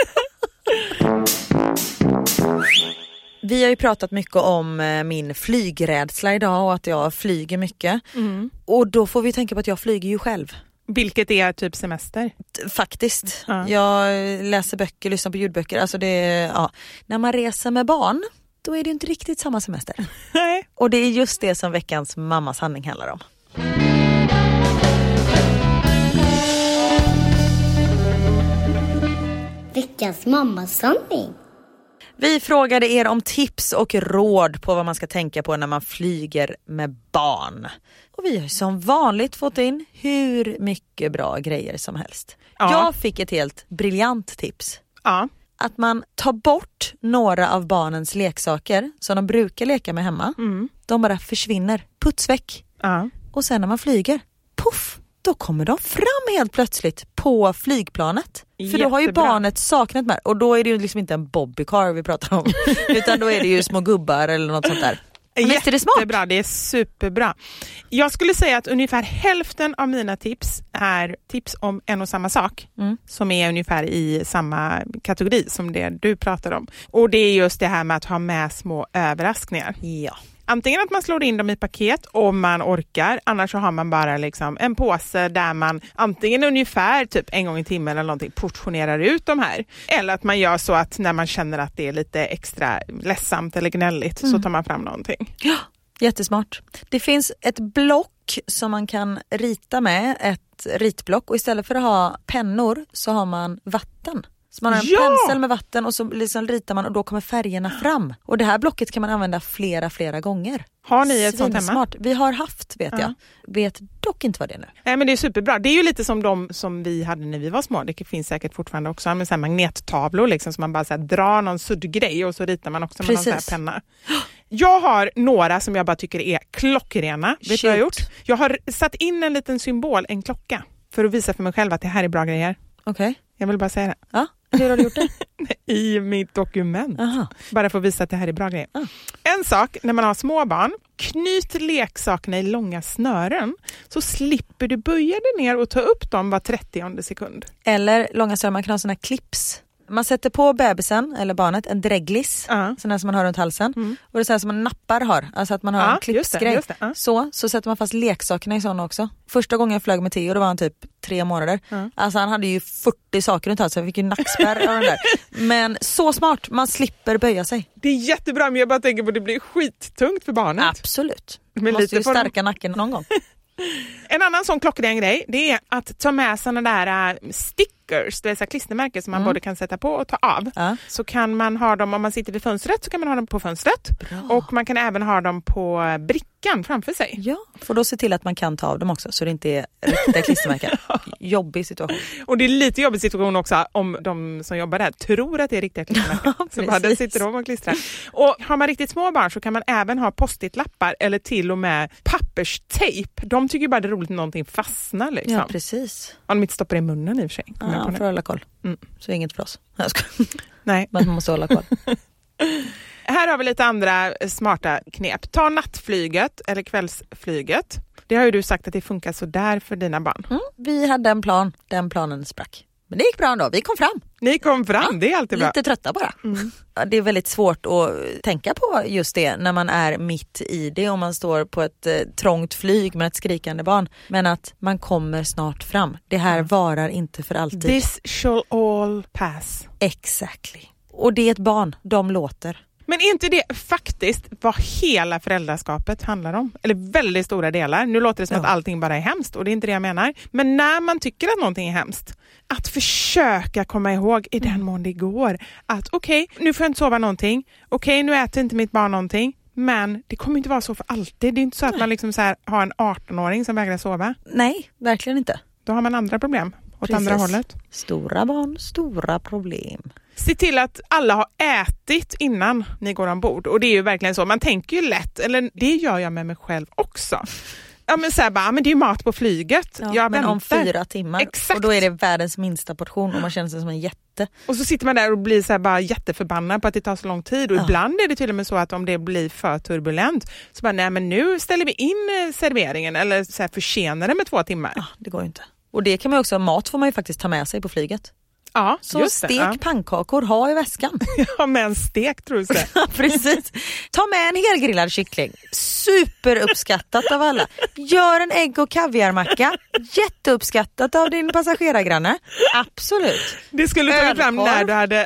Vi har ju pratat mycket om eh, min flygrädsla idag och att jag flyger mycket. Mm. Och då får vi tänka på att jag flyger ju själv. Vilket är typ semester. T- Faktiskt. Ja. Jag läser böcker, lyssnar på ljudböcker. Alltså det, ja. När man reser med barn, då är det inte riktigt samma semester. Nej. Och det är just det som veckans mammas handling handlar om. Veckans mammasanning. Vi frågade er om tips och råd på vad man ska tänka på när man flyger med barn. Och vi har som vanligt fått in hur mycket bra grejer som helst. Ja. Jag fick ett helt briljant tips. Ja. Att man tar bort några av barnens leksaker som de brukar leka med hemma. Mm. De bara försvinner, putsväck. Ja. Och sen när man flyger, puff, då kommer de fram helt plötsligt på flygplanet. För då har ju Jättebra. barnet saknat med. Och då är det ju liksom inte en bobbycar vi pratar om. Utan då är det ju små gubbar eller något sånt där. Men visst är det smart? Jättebra, det är superbra. Jag skulle säga att ungefär hälften av mina tips är tips om en och samma sak. Mm. Som är ungefär i samma kategori som det du pratar om. Och det är just det här med att ha med små överraskningar. Ja. Antingen att man slår in dem i paket om man orkar, annars så har man bara liksom en påse där man antingen ungefär typ en gång i timmen eller någonting portionerar ut de här. Eller att man gör så att när man känner att det är lite extra ledsamt eller gnälligt Mm. så tar man fram någonting. Ja, jättesmart. Det finns ett block som man kan rita med, ett ritblock. Och istället för att ha pennor så har man vatten. Så man har en Ja! pensel med vatten och så liksom ritar man och då kommer färgerna fram. Och det här blocket kan man använda flera, flera gånger. Har ni ett sånt hemma? Svinsmart. Vi har haft, vet Ja. jag. Vet dock inte vad det är nu. Nej, men det är superbra. Det är ju lite som de som vi hade när vi var små. Det finns säkert fortfarande också med så här magnettavlor liksom, som man bara så här, drar någon suddgrej och så ritar man också med någon så här penna. Jag har några som jag bara tycker är klockrena. Vet du vad jag har gjort? Jag har satt in en liten symbol, en klocka, för att visa för mig själv att det här är bra grejer. Okej. Okay. Jag vill bara säga det. Ja, hur har du gjort det? I mitt dokument. Aha. Bara för att visa att det här är bra grejer. Ah. En sak, när man har små barn, knyt leksakerna i långa snören så slipper du böja dig ner och ta upp dem var trettionde sekund. Eller långa snören, man kan ha såna clips. Man sätter på bebisen eller barnet en dreglis, uh. sån här som man har runt halsen. Mm. Och det är så här som man nappar har, alltså att man har uh, en clipsgrej. Just det, just det, uh. Så, så sätter man fast leksakerna i såna också. Första gången jag flög med Theo, då var han typ tre månader. Uh. Alltså han hade ju fyrtio saker runt halsen, jag fick ju nackspärr av den där. Men så smart, man slipper böja sig. Det är jättebra, men jag bara tänker på att det blir skittungt för barnet. Absolut. Men måste lite ju stärka nacken någon gång. En annan sån klockren grej, det är att ta med såna där uh, stickers, det är så här klistermärken som man mm. både kan sätta på och ta av. Ja. Så kan man ha dem, om man sitter vid fönstret så kan man ha dem på fönstret. Bra. Och man kan även ha dem på brickan framför sig. Ja, för då se till att man kan ta av dem också så det inte är riktiga klistermärken. Jobbig situation. Och det är lite jobbig situation också om de som jobbar där tror att det är riktiga klistermärken. Ja, så bara, där sitter de och klistrar. Och har man riktigt små barn så kan man även ha post-it-lappar eller till och med papperstejp. De tycker bara det är roligt när någonting fastnar liksom. Ja, precis. Om de inte stoppar i munnen i och för sig. Ja, för att hålla koll. Mm. Så inget för oss. Jag ska. Nej. Men man måste hålla koll. Här har vi lite andra smarta knep. Ta nattflyget eller kvällsflyget. Det har ju du sagt att det funkar så där för dina barn. Mm. Vi hade en plan. Den planen sprack. Men det gick bra ändå. Vi kom fram. Ni kom fram, ja, det är alltid bra. Lite trötta bara. Mm. Ja, det är väldigt svårt att tänka på just det när man är mitt i det. Om man står på ett eh, trångt flyg med ett skrikande barn. Men att man kommer snart fram. Det här mm. varar inte för alltid. This shall all pass. Exactly. Och det är ett barn. De låter. Men är inte det faktiskt vad hela föräldraskapet handlar om? Eller väldigt stora delar. Nu låter det som ja. att allting bara är hemskt och det är inte det jag menar. Men när man tycker att någonting är hemskt, att försöka komma ihåg i den mån det går. Att okej, okay, nu får jag inte sova någonting. Okej, okay, nu äter inte mitt barn någonting. Men det kommer inte vara så för alltid. Det är inte så att Nej. man liksom så här har en arton-åring som vägrar sova. Nej, verkligen inte. Då har man andra problem åt Precis. andra hållet. Stora barn, stora problem. Se till att alla har ätit innan ni går ombord. Och det är ju verkligen så. Man tänker ju lätt, eller det gör jag med mig själv också. Ja men så här bara, men det är ju mat på flyget. Ja, jag men väntar. om fyra timmar. Exakt. Och då är det världens minsta portion och man känner sig som en jätte. Och så sitter man där och blir så här bara jätteförbannad på att det tar så lång tid. Och ja. ibland är det till och med så att om det blir för turbulent så bara, nej men nu ställer vi in serveringen eller så här försenar det med två timmar. Ja, det går ju inte. Och det kan man också, mat får man ju faktiskt ta med sig på flyget. Ja, så just stek det, ja. pannkakor, ha i väskan. Ja, med en stek tror jag. Ja, precis. Ta med en helgrillad kyckling. Superuppskattat av alla. Gör en ägg- och kaviarmacka. Jätteuppskattat av din passagerargranne. Absolut. Det skulle du tagit fram när du hade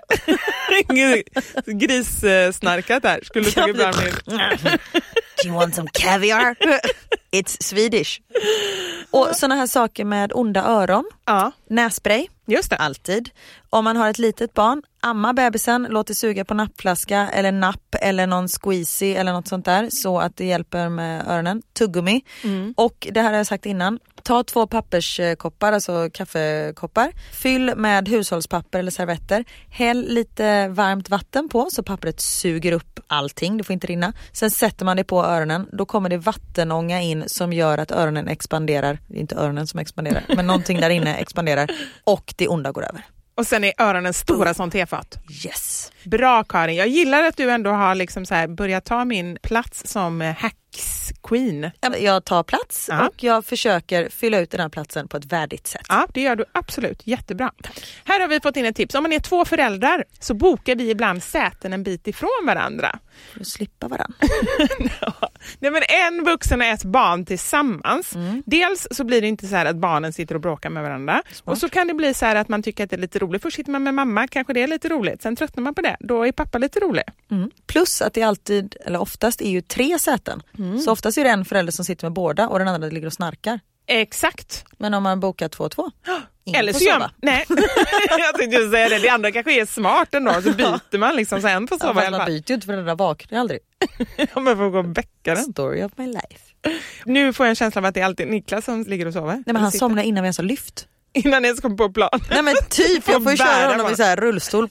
grissnarkat där. Skulle du tagit fram din... Do you want some caviar? It's Swedish. Och såna här saker med onda öron. Ja. Nässpray. Just det. Alltid. Om man har ett litet barn, amma bebisen, låt det suga på nappflaska eller napp eller någon squeezy eller något sånt där så att det hjälper med öronen. Tuggummi. Mm. Och det här har jag sagt innan. Ta två papperskoppar, alltså kaffekoppar. Fyll med hushållspapper eller servetter. Häll lite varmt vatten på så pappret suger upp allting. Det får inte rinna. Sen sätter man det på öronen. Då kommer det vattenånga in som gör att öronen expanderar. Det är inte öronen som expanderar, men någonting där inne expanderar. Och det onda går över. Och sen är öronen stora oh. som tefat. Yes. Bra Karin. Jag gillar att du ändå har liksom så här börjat ta min plats som hacks-queen. Jag tar plats ja. och jag försöker fylla ut den här platsen på ett värdigt sätt. Ja, det gör du absolut. Jättebra. Tack. Här har vi fått in ett tips. Om man är två föräldrar så bokar vi ibland säten en bit ifrån varandra. För att slippa varandra. Ja. Nej, men en vuxen och ett barn tillsammans. Mm. Dels så blir det inte så här att barnen sitter och bråkar med varandra. Smart. Och så kan det bli så här att man tycker att det är lite roligt. Först sitter man med mamma, kanske det är lite roligt. Sen tröttnar man på det. Då är pappa lite rolig. Mm. Plus att det alltid, eller oftast är ju tre säten. Mm. Så oftast är det en förälder som sitter med båda och den andra ligger och snarkar. Exakt. Men om man bokar två och två? Eller så gör man, nej, jag tänkte just säga det. Det andra kanske är smart ändå, så byter man liksom, så en får sova ja, i alla fall. Man byter ju inte för den där vaknar aldrig. Om jag får gå och väcka den. Story of my life. Nu får jag en känsla av att det är alltid Niklas som ligger och sover. Nej, men han somnar innan vi ens har lyft. Innan jag ens kom på plan. Nej men typ, jag får ju köra honom i så här rullstol.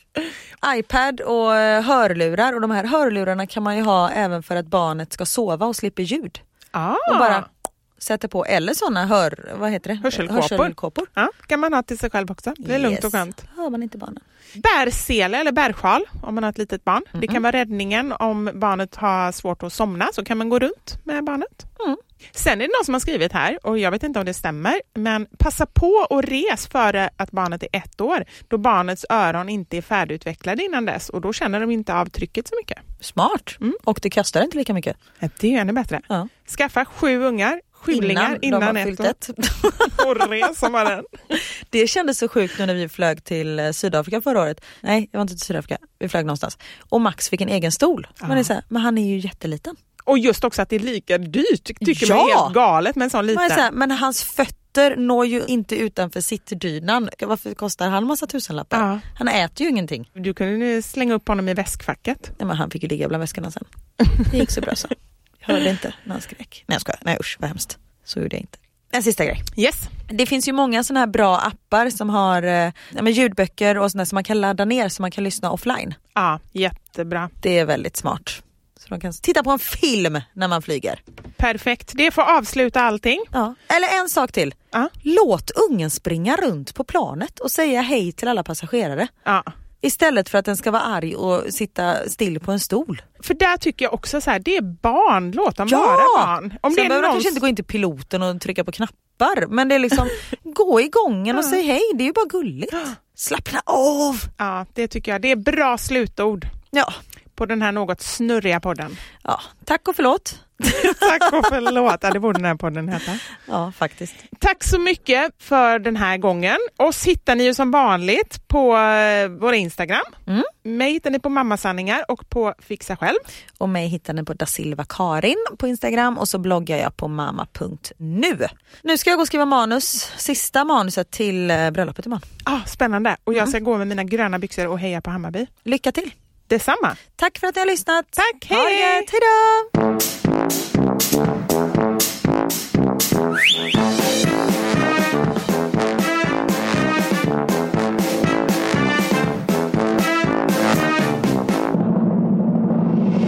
iPad och hörlurar. Och de här hörlurarna kan man ju ha även för att barnet ska sova och slipper ljud. Ah. Och bara sätta på, eller sådana hör, vad heter det? Hörselkåpor. Hörselkåpor. Ja, kan man ha till sig själv också. Det är yes. lugnt och skönt. Hör man inte barnen. Bärsele eller bärsjal om man har ett litet barn. Mm-hmm. Det kan vara räddningen om barnet har svårt att somna, så kan man gå runt med barnet. Mm. Sen är det någon som har skrivit här, och jag vet inte om det stämmer, men passa på att res före att barnet är ett år, då barnets öron inte är färdigutvecklade innan dess, och då känner de inte av trycket så mycket. Smart. Mm. Och det kostar inte lika mycket. Det är ju ännu bättre. Ja. Skaffa sju ungar. Sjulingar innan, innan ett ett. Och resa med den. Det kändes så sjukt nu när vi flög till Sydafrika förra året. Nej, jag var inte till Sydafrika. Vi flög någonstans. Och Max fick en egen stol. Ja. Men, det är så här, men han är ju jätteliten. Och just också att det är lika dyrt. Tycker ja. man är helt galet med en sån liten. Men, så här, men hans fötter når ju inte utanför sittdynan. Varför kostar han massa tusenlappar? Ja. Han äter ju ingenting. Du kunde slänga upp honom i väskfacket. Nej, men han fick ju ligga bland väskorna sen. Det gick så bra så. Jag hörde inte när han skrek. Nej, jag skojar. Nej, usch, vad hemskt. Så gjorde jag inte. En sista grej. Yes. Det finns ju många sådana här bra appar som har eh, med ljudböcker och sådana som man kan ladda ner så man kan lyssna offline. Ja, jättebra. Det är väldigt smart. Så de kan titta på en film när man flyger. Perfekt. Det får avsluta allting. Ja. Eller en sak till. Ja. Låt ungen springa runt på planet och säga hej till alla passagerare. Ja. Istället för att den ska vara arg och sitta still på en stol. För där tycker jag också så här, det är barn, låt dem ja! vara barn. Om Sen det behöver någon... kanske inte gå in till piloten och trycka på knappar. Men det är liksom, gå i gången och säg hej, det är ju bara gulligt. Slappna av! Ja, det tycker jag. Det är bra slutord. Ja. På den här något snurriga podden. Ja, tack och förlåt. Tack och förlåt. Ja, det borde den här podden heta. Ja, faktiskt. Tack så mycket för den här gången. Oss hittar ni ju som vanligt på uh, vår Instagram. Mm. Mig hittar ni på Mammasanningar och på Fixa Själv. Och mig hittar ni på Da Silva Karin på Instagram. Och så bloggar jag på mamma punkt nu. Nu ska jag gå och skriva manus. Sista manuset till uh, bröllopet imorgon. Ah, spännande. Och jag ska mm. gå med mina gröna byxor och heja på Hammarby. Lycka till. Detsamma. Tack för att ni har lyssnat. Tack, hej! Hej då!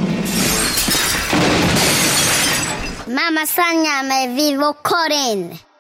Mamma Sanja med Vivo Karin.